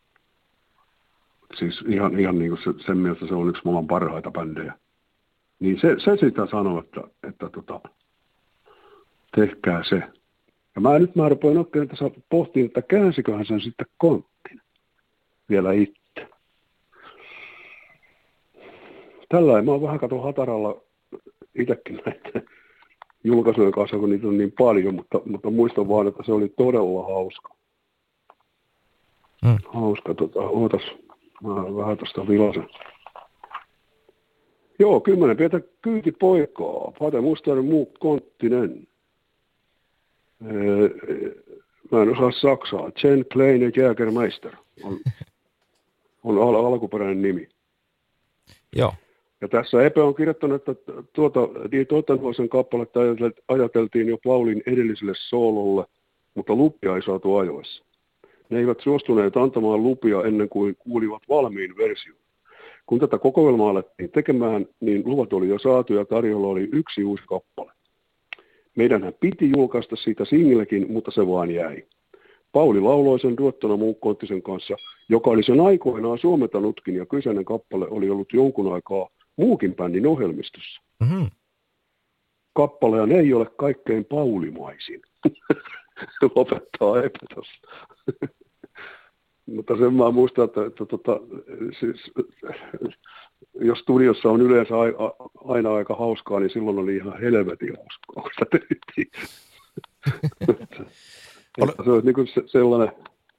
Siis ihan, ihan niin kuin se, sen mielestä se on yksi maailman parhaita bändejä. Niin se, se sitä sanoo, että, että tota, tehkää se. Ja mä nyt mä rupean oikein tässä pohtiin, että käänsiköhän sen sitten Konttinen vielä itse. Tällä mä oon vähän katon hataralla itsekin näitä julkaisujen kanssa, kun niitä on niin paljon, mutta, mutta muistan vaan, että se oli todella hauska. Mm. Hauska, tota, ootas, mä vähän tuosta vilasen. Joo, kymmenen pientä kyytipoikaa, Pate Mustajärvi Muuk Konttinen. Mä en osaa saksaa, Chen Kleine Jägermeister on, on al- alkuperäinen nimi. Joo. Ja tässä Epe on kirjoittanut, että tuota Die Totenhosen kappaletta ajateltiin jo Paulin edelliselle soololle, mutta lupia ei saatu ajoissa. Ne eivät suostuneet antamaan lupia ennen kuin kuulivat valmiin version. Kun tätä kokoelmaa alettiin tekemään, niin luvat oli jo saatu ja tarjolla oli yksi uusi kappale. Meidänhän piti julkaista siitä singlekin, mutta se vaan jäi. Pauli lauloi sen duettona Muuk Konttisen kanssa, joka oli sen aikoinaan suomentanutkin, ja kyseinen kappale oli ollut jonkun aikaa Muukin bändin ohjelmistossa. Mm-hmm. Kappalehan ei ole kaikkein paulimaisin. Lopettaa Epe tossa. Mutta sen mä muistan, että, että, että, että siis, jos studiossa on yleensä aina aika hauskaa, niin silloin oli ihan helvetin hauskaa, kun sitä tehtiin. Se on niin kuin sellainen,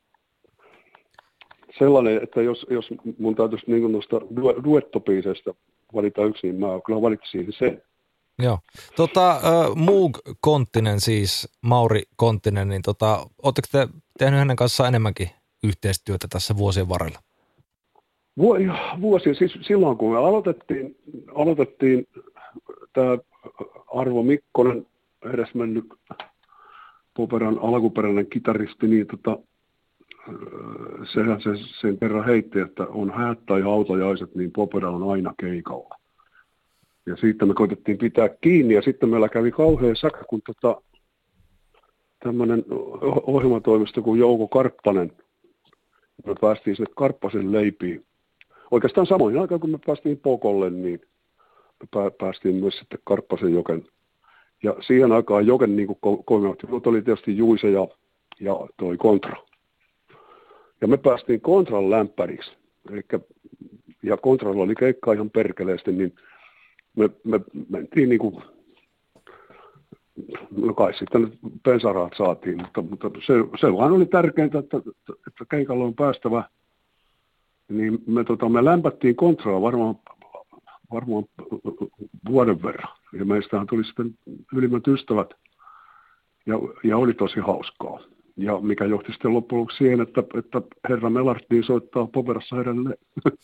sellainen, että jos, jos mun täytyisi niin noista duettobiiseistä valita yksi, niin mä kyllä valitsin sen. Joo. Tota, äh, Muuk Konttinen siis, Mauri Konttinen, niin tota, ootteko te tehnyt hänen kanssaan enemmänkin yhteistyötä tässä vuosien varrella? Vuosia, siis silloin kun me aloitettiin, aloitettiin tämä Arvo Mikkonen, edesmennyt Poperan alkuperäinen kitaristi, niin tota, sehän se sen kerran heitti, että on häät tai hautajaiset, niin Popera on aina keikalla. Ja siitä me koitettiin pitää kiinni, ja sitten meillä kävi kauhean säkä, kun tota, tämmöinen ohjelmatoimisto kuin Jouko Karppanen, me päästiin sinne Karppasen leipiin. Oikeastaan samoin aikaan, kun me päästiin Pokolle, niin me päästiin myös sitten Karppasen Joken. Ja siihen aikaan Joken niin koimautti, mutta oli tietysti Juise ja, ja toi Kontra. Ja me päästiin Kontran lämpäriksi. Elikkä, ja Kontralla oli keikkaa ihan perkeleesti, niin me, me mentiin niin kuin no kai sitten pensaraat saatiin, mutta, mutta se, se vaan oli tärkeintä, että, että keikalle on päästävä. Niin me, tota, me lämpättiin kontraa varmaan, varmaan vuoden verran. Ja meistähän tuli sitten ylimmät ystävät ja, ja oli tosi hauskaa. Ja mikä johti sitten loppujen lopuksi siihen, että, että herra Melartin soittaa Poperassa edelleen,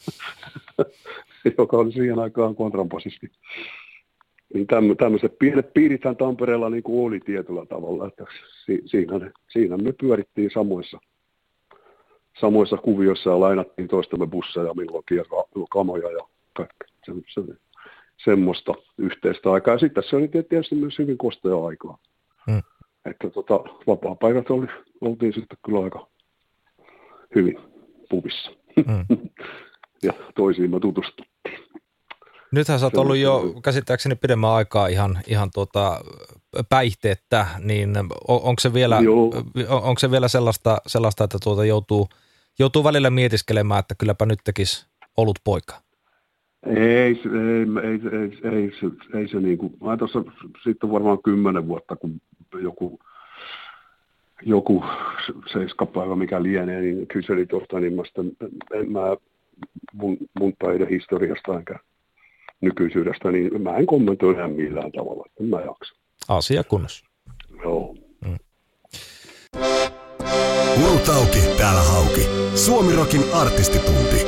joka oli siihen aikaan kontrabasisti. Niin tämmöiset pienet piirithän Tampereella niin kuin oli tietyllä tavalla, että siinä, siinä me pyörittiin samoissa, samoissa kuvioissa ja lainattiin toistamme busseja milloinkin ja kamoja ja kaikkea. Se, se, semmoista yhteistä aikaa. Ja sitten se oli tietysti myös hyvin kostea aikaa. Hmm. Että tota, vapaa-päivät oli, oltiin sitten kyllä aika hyvin pubissa. Hmm. Ja toisiin tutustuttiin. Nythän sä oot ollut jo käsittääkseni pidemmän aikaa ihan, ihan tuota päihteettä, niin on, onko se vielä, on, onko se vielä sellaista, sellaista että tuota joutuu, joutuu välillä mietiskelemään, että kylläpä nyt tekisi olut poika? Ei, ei, ei, ei, ei, se, ei se niin kuin, mä tuossa sitten varmaan kymmenen vuotta, kun joku, joku seiskapäivä, mikä lienee, niin kyseli tuosta, niin mä, sitten, en mä mun, mun päiden historiasta enkä nykyisyydestä, niin mä en kommentoi enää millään tavalla, että mä jaksa. Asia kunnossa. Joo. Mm. Urut auki, täällä Hauki. Suomi Rockin artistitunti.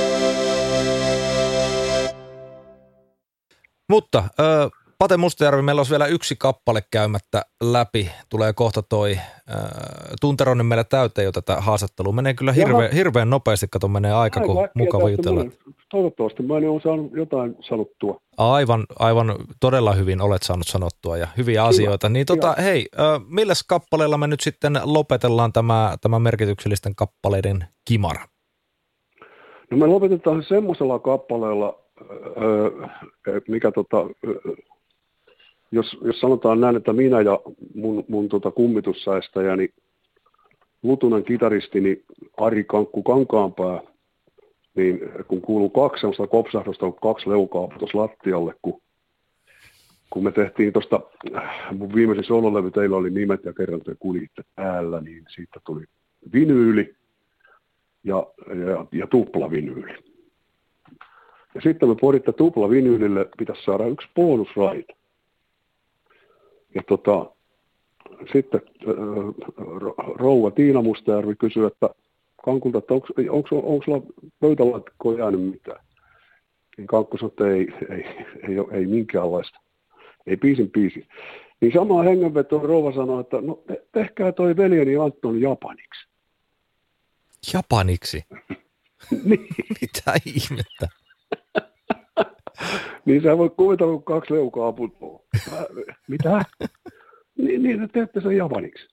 Mutta ö, Pate Mustajärvi, meillä olisi vielä yksi kappale käymättä läpi. Tulee kohta toi ö, tunteroinnin meillä täyteen jo tätä haastattelua. Menee kyllä hirveän, hirveän nopeasti, kato menee aika, kun mukava jutella. Toivottavasti mä en ole saanut jotain sanottua. Aivan, aivan todella hyvin olet saanut sanottua ja hyviä asioita. Niin tota, hei, ö, milläs kappaleella me nyt sitten lopetellaan tämä, tämä merkityksellisten kappaleiden kimara? No me lopetetaan semmoisella kappaleella, öö, mikä tota, öö, jos, jos sanotaan näin, että minä ja mun, mun tota kummitussäestäjäni, lutunen kitaristini Ari Kankku Kankaanpää, niin kun kuuluu kaksi semmoista kopsahdusta, kun kaksi leukaa putosi lattialle, kun, kun me tehtiin tuosta, mun viimeisin sololevy, teillä oli nimet ja kerran te kuljitte täällä, niin siitä tuli vinyyli ja, ja, ja tuplavinyyli. Ja sitten me pohditte tuplavinyylille, pitäisi saada yksi bonusraita. Ja tota, sitten rouva Tiina Mustajärvi kysyi, että Kankulta, että onko, onko, onko sulla pöytälaatikkoon jäänyt mitään? Niin Kankku sanoi, että ei, ei, ei, ei, ei minkäänlaista. Ei piisin piisi. Niin samaan hengenvetoon rouva sanoi, että no tehkää toi veljeni Anton japaniksi. Japaniksi? Niin. Mitä ihmettä? Niin sä voit kuvitella, kun kaksi leukaa putoaa. Mitä? Niin, niin että teette sen japaniksi.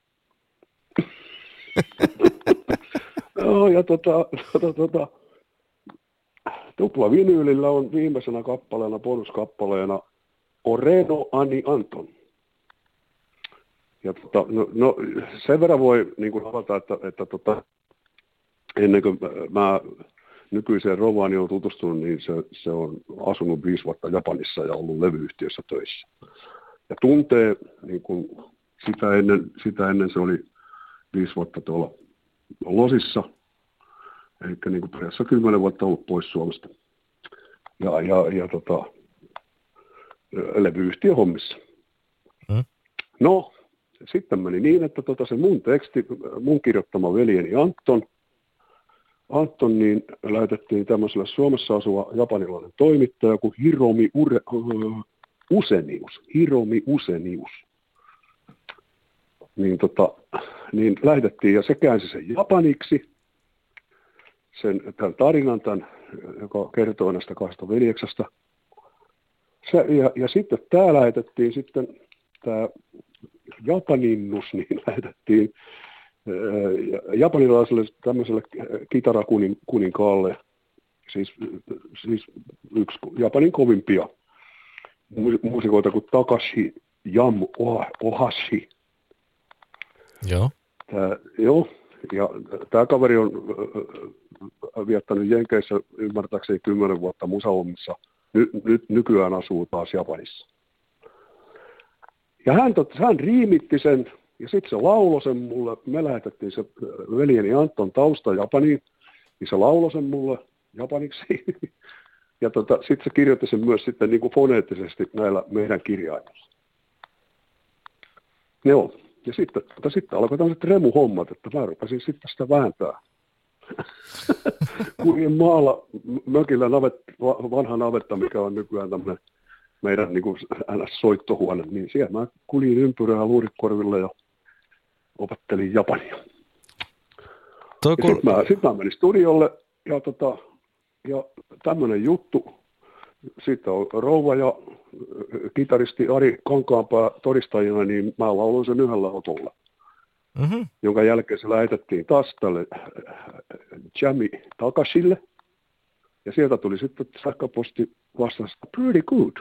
No, ja tota, tota, tota, tupla vinyylillä on viimeisenä kappaleena, bonuskappaleena Oreno Ani Anton. Ja tota, no, no, sen verran voi niin kuin havata, että, että tota, ennen kuin mä nykyiseen rovaani on tutustunut, niin se, se on asunut viisi vuotta Japanissa ja ollut levyyhtiössä töissä. Ja tuntee, niin kuin sitä, ennen, sitä ennen se oli viisi vuotta tuolla Losissa, eli niin kuin periaatteessa kymmenen vuotta ollut pois Suomesta. Ja, ja, ja tota, levyyhtiön hommissa. Hmm. No, sitten meni niin, että tota se mun teksti, mun kirjoittama veljeni Anton, Anton niin lähetettiin tämmöiselle Suomessa asuva japanilainen toimittaja kuin Hiromi Ure, uh, Usenius. Hiromi Usenius. Niin, tota, niin lähetettiin ja se käänsi sen japaniksi, sen tämän tarinan, tämän, joka kertoo näistä kahdesta veljeksestä. Se, ja, ja sitten tämä lähetettiin sitten, tämä japaninnus, niin lähetettiin japanilaiselle tämmöiselle kitarakuninkaalle, siis, siis yksi Japanin kovimpia muusikoita kuin Takashi Yam Ohashi. Joo. Tää, joo, ja tämä kaveri on viettänyt Jenkeissä ymmärtääkseni kymmenen vuotta musahommissa. Ny, ny, nykyään asuu taas Japanissa. Ja hän, tot, hän riimitti sen, ja sitten se lauloi sen mulle. Me lähetettiin se veljeni Anton tausta Japaniin, niin se lauloi sen mulle japaniksi. Ja tota, sitten se kirjoitti sen myös sitten niin kuin foneettisesti näillä meidän kirjaimilla. Joo. Ja sitten, tota, sitten alkoi tämmöiset remuhommat, että mä rupesin sitten sitä vääntää. Kuljin maalla mökillä navet, vanha navetta, mikä on nykyään tämmöinen meidän niin kuin N S-soittohuone, niin siellä mä kuljin ympyrää luurikorvilla ja opettelin japania. Kul... Sitten mä, sit mä menin studiolle ja, tota, ja tämmöinen juttu, siitä on rouva ja kitaristi Ari Kankaanpää todistajina, niin mä lauloin sen yhdellä otolla. Mm-hmm. Jonka jälkeen se lähetettiin taas tälle Jamie Takashille. Ja sieltä tuli sitten sähköposti vastasta pretty good.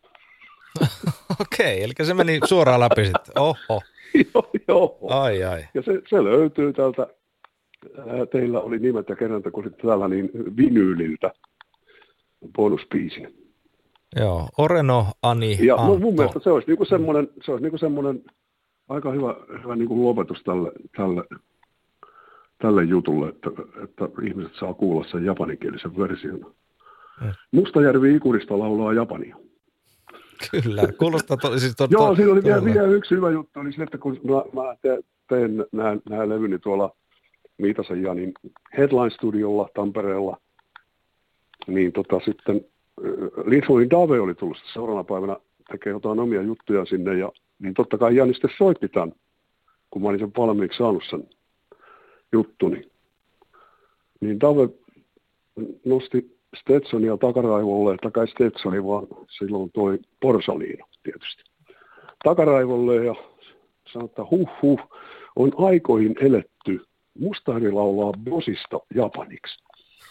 Okei, okay, eli se meni suoraan läpi sitten. Oho. joo, joo. Ai, ai. Ja se, se löytyy täältä, teillä oli nimet ja kerranta, kun sitten täällä niin vinyyliltä bonuspiisinä. Joo, Oreno, Ani, ja Antto. Mun mielestä se olisi niinku semmoinen, se olisi niinku semmoinen aika hyvä, hyvä niinku lopetus tälle, tälle, tälle jutulle, että, että ihmiset saa kuulla sen japaninkielisen version. Mm. Mustajärvi Ikurista laulaa japania. Kyllä, kuulostaa to, siis to, Joo, to, siinä oli to, vielä, to, vielä yksi hyvä juttu, oli se, että kun mä, mä tein nämä levyni tuolla Miitasen Janin Headline-studiolla Tampereella, niin tota sitten Lidfoin Dave oli tullut seuraavana päivänä tekee jotain omia juttuja sinne, ja niin totta kai Jani sitten soitti tämän, kun mä olin sen valmiiksi saanut sen juttuni. Niin Dave nosti Stetsonia takaraivolle, tai kai Stetsoni, vaan silloin toi Porsaliino tietysti. Takaraivolle ja sanoi, että huh huh, on aikoihin eletty. Mustahari laulaa Bosista japaniksi.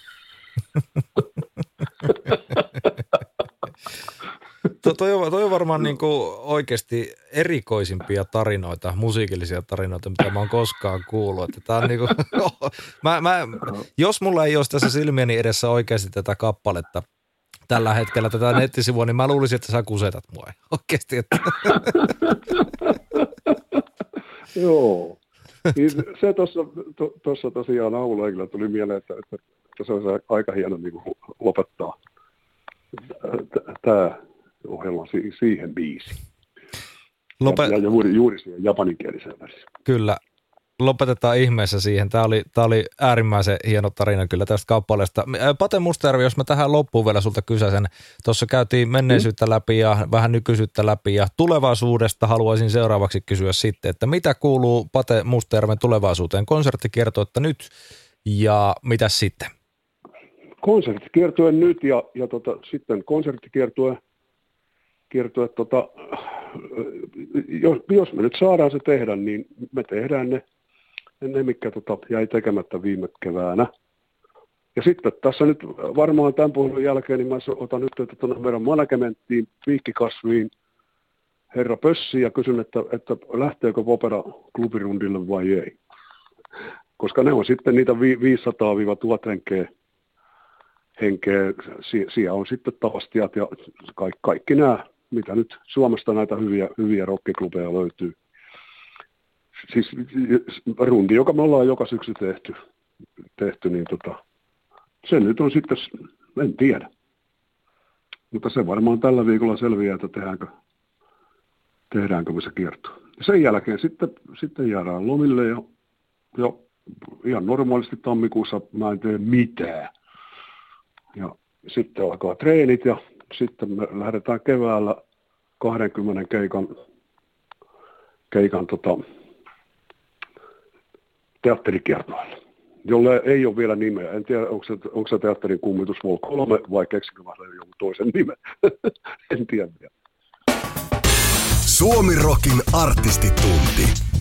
to, toi, on, toi on varmaan niin kuin oikeasti erikoisimpia tarinoita, musiikillisia tarinoita, mitä mä oon koskaan kuullut. Että tää on niin kuin, mä, mä, jos mulla ei olisi tässä silmieni edessä oikeasti tätä kappaletta tällä hetkellä, tätä nettisivua, niin mä luulisin, että sä kusetat mua oikeasti. Että. Joo. Niin se tuossa to, tosiaan aamulla kyllä tuli mieleen, että, että, että se olisi aika hieno niin kuin lopettaa tämä ohjelma siihen biisiin. Lopet... Ja, ja juuri, juuri siihen japaninkieliseen versioon. Kyllä. Lopetetaan ihmeessä siihen. Tämä oli, tämä oli äärimmäisen hieno tarina kyllä tästä kappaleesta. Pate Mustajärvi, jos mä tähän loppuun vielä sulta kysäsen. Tuossa käytiin menneisyyttä läpi ja vähän nykyisyyttä läpi ja tulevaisuudesta haluaisin seuraavaksi kysyä sitten, että mitä kuuluu Pate Mustajärven tulevaisuuteen? Konserttikiertuetta nyt ja mitä sitten? Konserttikiertue nyt ja, ja tota, sitten konserttikiertue kiertue, tota, jos, jos me nyt saadaan se tehdä, niin me tehdään ne, ne mitkä tota, jäi tekemättä viime keväänä. Ja sitten tässä nyt varmaan tämän puhelun jälkeen, niin mä otan nyt tuonne meidän managementtiin, Viikkikasviin, herra Pössi, ja kysyn, että, että lähteekö Opera klubirundille vai ei. Koska ne on sitten niitä viisisataa tuhat henkeä, henkeä. Sie, siellä on sitten tavastiat ja kaikki, kaikki nämä, mitä nyt Suomesta näitä hyviä, hyviä rockiklubeja löytyy. Siis rundi, joka me ollaan joka syksy tehty, tehty niin tota, se nyt on sitten, en tiedä. Mutta se varmaan tällä viikolla selviää, että tehdäänkö, tehdäänkö me se kierto. Sen jälkeen sitten, sitten jäädään lomille ja, ja ihan normaalisti tammikuussa mä en tee mitään. Ja sitten alkaa treenit ja sitten me lähdetään keväällä kaksikymmentä keikan, keikan tota, teatterikiertoille, jolle ei ole vielä nimeä. En tiedä, onko se, onko se teatterin kummitus Vol kolme vai keksikö mä jonkun toisen nimen. En tiedä vielä. Suomi Rockin artistitunti.